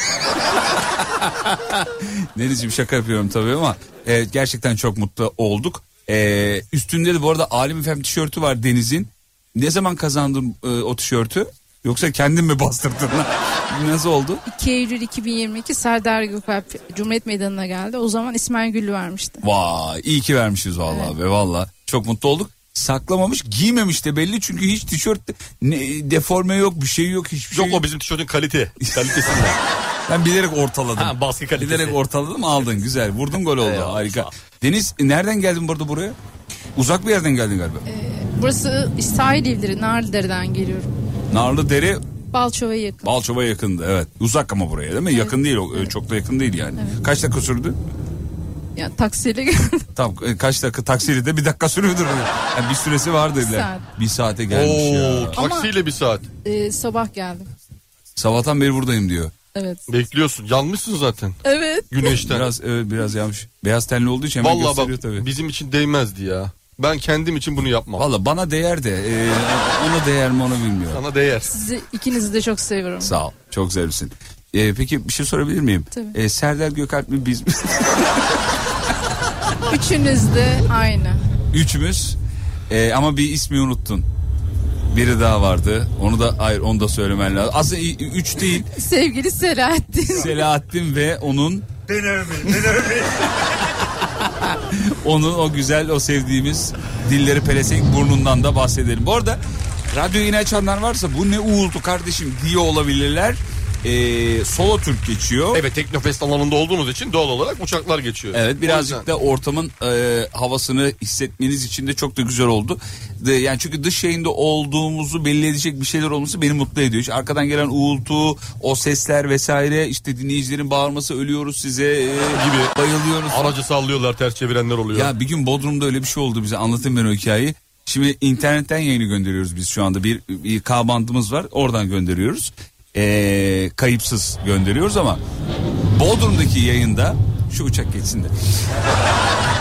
Denizciğim şaka yapıyorum tabii ama e, gerçekten çok mutlu olduk. E, üstünde de bu arada Alim Efem tişörtü var Deniz'in. Ne zaman kazandın e, o tişörtü? Yoksa kendin mi bastırdın? Nasıl oldu? iki Eylül iki bin yirmi iki Serdar Gökalp Cumhuriyet Meydanı'na geldi. O zaman İsmail Güllü vermişti. Vay iyi ki vermişiz vallahi Evet. be vallahi. Çok mutlu olduk. Saklamamış, giymemiş de belli çünkü hiç tişört ne, deforme yok, bir şey yok, hiçbir şey Yok yok. o bizim tişörtün kalite. Kalitesinden. Ben bilerek ortaladım. Ha, baskı kalitesi. Bilerek ortaladım, aldın güzel. Vurdun gol oldu. Eyvallah, Harika. sağ ol. Deniz nereden geldin burada buraya? Uzak bir yerden geldin galiba. Burası sahil illeri Narlıdere'den geliyorum. Narlıdere Balçova'ya yakın. Balçova yakındı evet. Uzak ama buraya değil mi? Evet. Yakın değil, o- çok da yakın değil yani. Kaç dakika sürdü? Ya taksiyle geldim. Tamam e, kaç dakika taksiyle de bir dakika sürüyordur. Yani bir süresi var dediler. saat. Bir saate gelmiş ya. Oo, taksiyle bir saat. Ee, sabah geldim. Sabahtan beri buradayım diyor. Evet. Bekliyorsun. Yanmışsın zaten. Evet. Güneşten. Biraz evet, biraz yanmış. Beyaz tenli olduğu için hemen Vallahi gösteriyor bak tabii. bizim için değmezdi ya. Ben kendim için bunu yapmam. Valla bana değer de e, ona değer mi onu bilmiyorum. Sana değer. Sizi ikinizi de çok seviyorum. Sağ ol. Çok güzelsin. E, peki bir şey sorabilir miyim? Tabii. E, Serdar Gökalp mi biz mi? Üçünüz de aynı. Üçümüz. E, ama bir ismi unuttun. Biri daha vardı. Onu da hayır onu da söylemen lazım. Aslında i- üç değil. Sevgili Selahattin. Selahattin ve onun onun o güzel o sevdiğimiz dilleri pelesenk burnundan da bahsedelim. Bu arada radyoyu yine açanlar varsa bu ne uğultu kardeşim diye olabilirler. Ee, Solo Türk geçiyor. Evet, Teknofest alanında olduğumuz için doğal olarak uçaklar geçiyor. Evet O birazcık yüzden- da ortamın e, havasını hissetmeniz için de çok da güzel oldu. De, yani çünkü dış yayında olduğumuzu belli edecek bir şeyler olması beni mutlu ediyor. İşte arkadan gelen uğultu, o sesler vesaire, işte dinleyicilerin bağırması, ölüyoruz size e, gibi bayılıyoruz. Aracı sallıyorlar, ters çevirenler oluyor. Ya bir gün Bodrum'da öyle bir şey oldu bize, anlatayım ben o hikayeyi. Şimdi internetten yayını gönderiyoruz biz şu anda, bir, bir K bandımız var, oradan gönderiyoruz. Ee, kayıpsız gönderiyoruz ama Bodrum'daki yayında şu uçak geçsin de.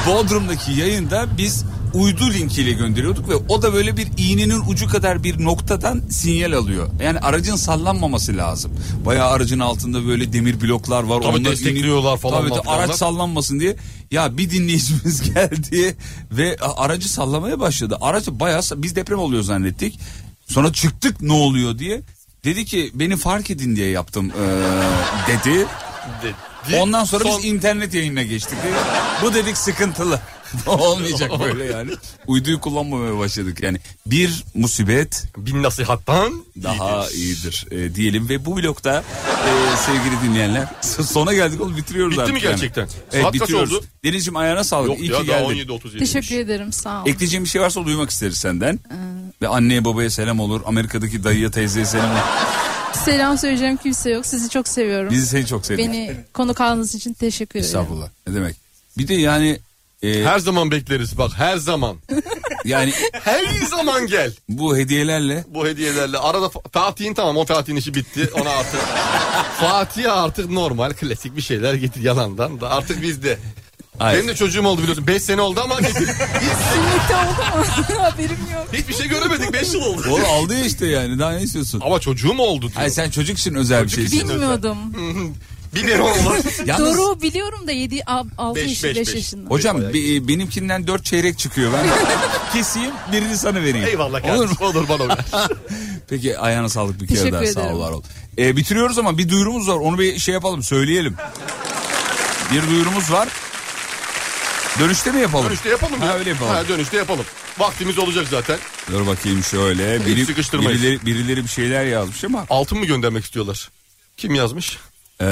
Bodrum'daki yayında biz uydu linkiyle gönderiyorduk ve o da böyle bir iğnenin ucu kadar bir noktadan sinyal alıyor. Yani aracın sallanmaması lazım. Bayağı aracın altında böyle demir bloklar var. Tabii destekliyorlar falan. Tabii falan araç sallanmasın diye. Ya bir dinleyicimiz geldi ve aracı sallamaya başladı. Araç bayağı, biz deprem oluyor zannettik. Sonra çıktık ne oluyor diye. Dedi ki beni fark edin diye yaptım ee, dedi. dedi. Ondan sonra Son... biz internet yayınına geçtik. Bu dedik sıkıntılı. Olmayacak böyle yani. Uyduyu kullanmamaya başladık yani. Bir musibet bin nasihattan daha iyidir, iyidir e, diyelim ve bu blokta e, sevgili dinleyenler sona geldik oğlum, bitiriyoruz Bitti artık. Bitti mi gerçekten? Yani. Saat Evet, kaç bitiriyoruz. oldu? Denizciğim ayağına sağlık. Yok İyi ya, ki geldin. on yedi otuz yedi. Teşekkür ederim, sağ ol. Ekleyeceğim bir şey varsa duymak isteriz senden. Ee... Ve anneye babaya selam olur. Amerika'daki dayıya teyzeye selam olur. Selam söyleyeceğim kimse yok. Sizi çok seviyorum. Bizi seni çok sevdik. Beni konuk aldığınız için teşekkür ederim. Estağfurullah. Ne demek? Bir de yani e... her zaman bekleriz bak, her zaman. Yani her zaman gel. Bu hediyelerle. Bu hediyelerle. Arada Fatih'in tamam, o Fatih'in işi bitti. Ona artık Fatih'e artık normal klasik bir şeyler getir yalandan da artık bizde. Hayır. Benim de çocuğum oldu biliyorsun. beş sene oldu ama getir. Sünnette oldu mu? Haberim yok. Hiçbir şey göremedik, beş yıl oldu. Oğlum aldı ya işte yani, daha ne istiyorsun? Ama çocuğum oldu diyor. Hayır, sen çocuk için özel çocuk bir şey. Bilmiyordum. Biberon var. Doğru biliyorum da yedi altı yaşında. Hocam be, benimkinden dört çeyrek çıkıyor. Ben keseyim, birini sana vereyim. Eyvallah kardeşim. Olur mu? Olur, bana ver. Peki ayağına sağlık bir kere daha, sağ ol, var ol. Ee, bitiriyoruz ama bir duyurumuz var, onu bir şey yapalım, söyleyelim. Bir duyurumuz var. Dönüşte mi yapalım? Dönüşte yapalım. Ha, öyle yapalım. Ha, dönüşte yapalım. Vaktimiz olacak zaten. Dur bakayım şöyle. Biri, birileri, birileri bir şeyler yazmış ama. Altın mı göndermek istiyorlar? Kim yazmış? Ee,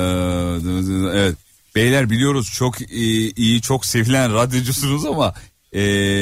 evet. Beyler biliyoruz çok iyi, iyi çok sevilen radyocusunuz ama e,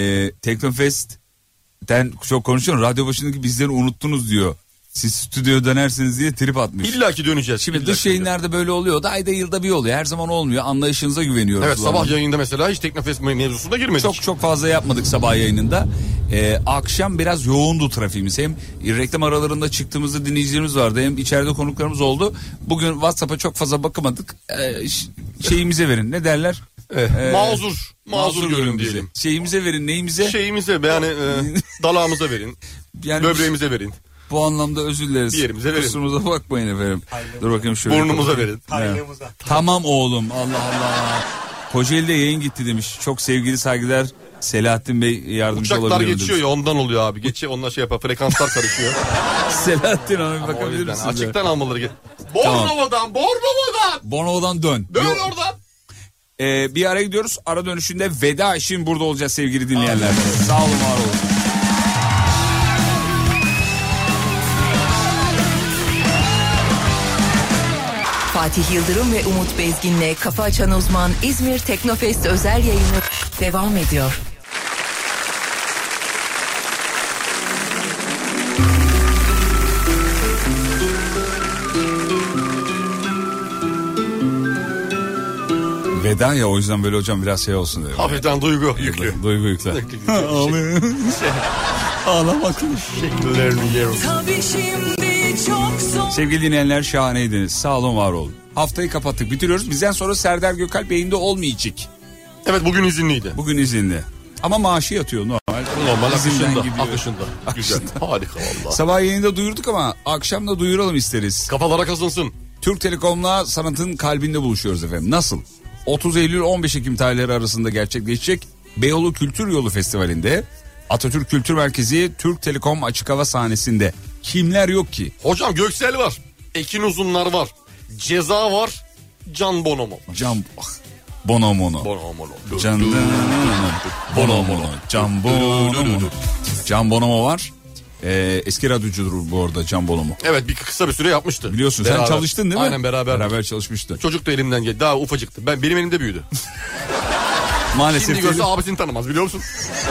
Teknofest'ten çok konuşuyorum. Radyo başındaki bizleri unuttunuz diyor. Siz stüdyoya dönersiniz diye trip atmış. İlla ki döneceğiz. Şimdi dış yayınlarda böyle oluyor da ayda yılda bir oluyor. Her zaman olmuyor. Anlayışınıza güveniyoruz. Evet, sabah yayında mesela hiç Teknofest mevzusuna girmedik. Çok çok fazla yapmadık sabah yayınında. Ee, akşam biraz yoğundu trafiğimiz. Hem reklam aralarında çıktığımızda dinleyicilerimiz vardı. Hem içeride konuklarımız oldu. Bugün WhatsApp'a çok fazla bakamadık. Ee, şeyimize verin. Ne derler? Evet. Ee, mazur. Mazur, mazur görün diyelim. Şeyimize verin. Neyimize? Şeyimize yani e, dalağımıza verin. Yani böbreğimize verin. Bu anlamda özür dileriz. Bir yerimize verin. Kusurumuza bakmayın efendim. Haylığımıza. Dur bakayım şöyle. Burnumuza verin. Evet. Tamam oğlum, Allah Allah. Kocaeli'de yayın gitti demiş. Çok sevgili saygılar. Selahattin Bey yardımcı Uçaklar olabilir geçiyor demiş. Ya ondan oluyor abi. Geçiyor, onlar şey yapar. Frekanslar karışıyor. Selahattin ona bir bakabilir misin? Açıktan almaları geç. Bornova'dan, tamam. Bornova'dan. Bornova'dan dön. Dön Yo. oradan. Ee, bir ara gidiyoruz. Ara dönüşünde veda için burada olacağız sevgili dinleyenler. Sağ olun, var olun. Fatih Yıldırım ve Umut Bezgin'le Kafa Açan Uzman İzmir Teknofest özel yayını devam ediyor. Veda ya, o yüzden böyle hocam biraz şey olsun diye. Hafiften duygu yüklü. Duygu yüklü. Ağlıyor. Ağlamak. Şekillerini yerim. Tabii şimdi çok zor. Sevgili dinleyenler, şahaneydiniz. Sağ olun, var olun. Haftayı kapattık, bitiriyoruz. Bizden sonra Serdar Gökalp yayında olmayacak. Evet, bugün izinliydi. Bugün izinli. Ama maaşı yatıyor normal. Normal akışında. Akışında. Güzel. Harika valla. Sabah yayında duyurduk ama akşam da duyuralım isteriz. Kafalara kazınsın. Türk Telekom'la sanatın kalbinde buluşuyoruz efendim. Nasıl? otuz Eylül on beş Ekim tarihleri arasında gerçekleşecek Beyoğlu Kültür Yolu Festivali'nde Atatürk Kültür Merkezi Türk Telekom açık hava sahnesinde kimler yok ki? Hocam Göksel var. Ekin Uzunlar var. Ceza var. Can Bonomo. Can Bonomo. Bonomo. Can Bonomo. Can Bonomo. Can Bonomo var. Ee, eski radyocudur bu arada Can Bonomo. Evet, bir kısa bir süre yapmıştı. Biliyorsun beraber. Sen çalıştın değil mi? Aynen, beraber. Beraber çalışmıştı. Çocuk da elimden geldi. Daha ufacıktı. Ben benim elimde büyüdü. Maalesef. Şimdi görse abisini tanımaz, biliyor musun?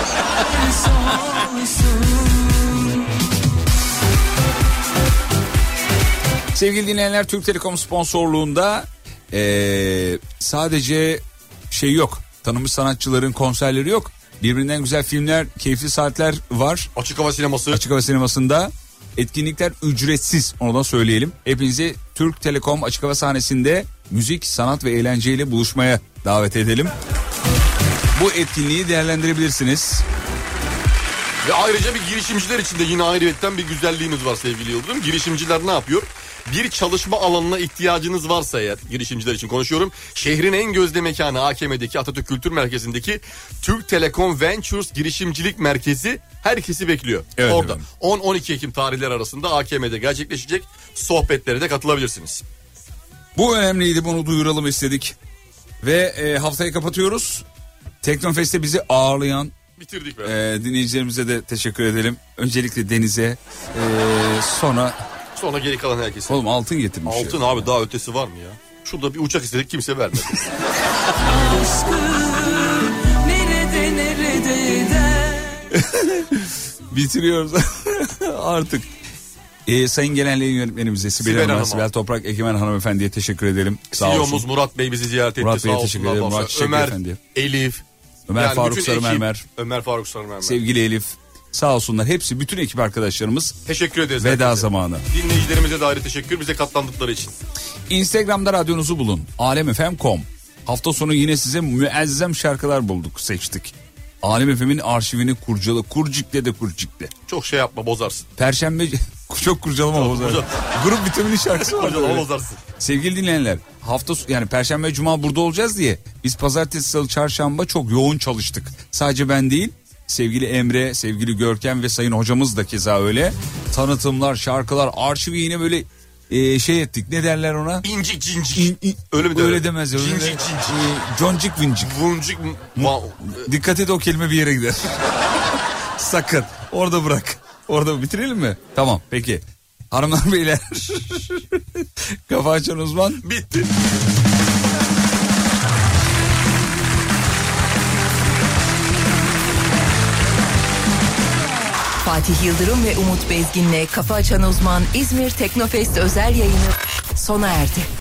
Sevgili dinleyenler, Türk Telekom sponsorluğunda ee, sadece şey yok. Tanınmış sanatçıların konserleri yok. Birbirinden güzel filmler, keyifli saatler var. Açık hava sineması. Açık hava sinemasında etkinlikler ücretsiz, onu da söyleyelim. Hepinizi Türk Telekom açık hava sahnesinde müzik, sanat ve eğlenceyle buluşmaya davet edelim. bu etkinliği değerlendirebilirsiniz. Ve ayrıca bir girişimciler için de yine ayrıyetten bir güzelliğimiz var sevgili Yıldırım. Girişimciler ne yapıyor? Bir çalışma alanına ihtiyacınız varsa eğer, girişimciler için konuşuyorum. Şehrin en gözde mekanı A K M'deki Atatürk Kültür Merkezi'ndeki Türk Telekom Ventures Girişimcilik Merkezi herkesi bekliyor. Evet, orada evet. on on iki Ekim tarihleri arasında A K M'de gerçekleşecek, sohbetlere de katılabilirsiniz. Bu önemliydi, bunu duyuralım istedik. Ve e, haftayı kapatıyoruz. Teknofest'te bizi ağırlayan Bitirdik be. e, dinleyicilerimize de teşekkür edelim. Öncelikle Deniz'e, e, sonra... Sonra geri kalan herkese. Oğlum altın getirmiş. Altın ya. abi, daha ötesi var mı ya? Şurada bir uçak istedik, kimse vermedi. Nerede nerede de. Bitiriyoruz artık. Ee, Sayın Genel Yayın Yönetmenimize Sibel, Sibel Hanım'a, Hanım'a. Sibel Toprak Egemen Hanımefendiye teşekkür edelim. Sağ C E O'muz olsun. Murat Bey bizi ziyaret etti. Murat sağ Bey'e teşekkür olsunlar, ederim. var Murat olsun. Çiçek Ömer, Beyefendi. Elif. Ömer Yani Faruk bütün Sarımermer. ekip, Ömer Faruk Sarımermer. Sevgili Elif. Sağ olsunlar. Hepsi, bütün ekip arkadaşlarımız. Teşekkür ederiz. Veda herkese. zamanı. Dinleyicilerimize de ayrı teşekkür, bize katlandıkları için. Instagram'da radyonuzu bulun. alemfm nokta com. Hafta sonu yine size müezzem şarkılar bulduk, seçtik. Alem F M'in arşivini kurcala. Kurcikle de kurcikle. Çok şey yapma, bozarsın. Perşembe... Çok kurcalama bozarsın. Grup vitamini şarkısı var. Kurcalama, böyle. bozarsın. Sevgili dinleyenler, hafta yani Perşembe Cuma burada olacağız diye biz Pazartesi, Salı, Çarşamba çok yoğun çalıştık. Sadece ben değil, sevgili Emre, sevgili Görkem ve sayın hocamız da keza öyle. Tanıtımlar, şarkılar, arşivi yine böyle e, şey ettik. Ne derler ona? İncik cincik. İn, in, öyle mi derler? Öyle demez. Öyle Cincik de- cincik. E, Concik vincik. Vuncik. Va- Dikkat et, o kelime bir yere gider. Sakın. Orada bırak. Orada bitirelim mi? Tamam, peki. Hanımlar beyler. Kafa açan uzman. Bitti. Fatih Yıldırım ve Umut Bezgin'le Kafa Açan Uzman İzmir Teknofest özel yayını sona erdi.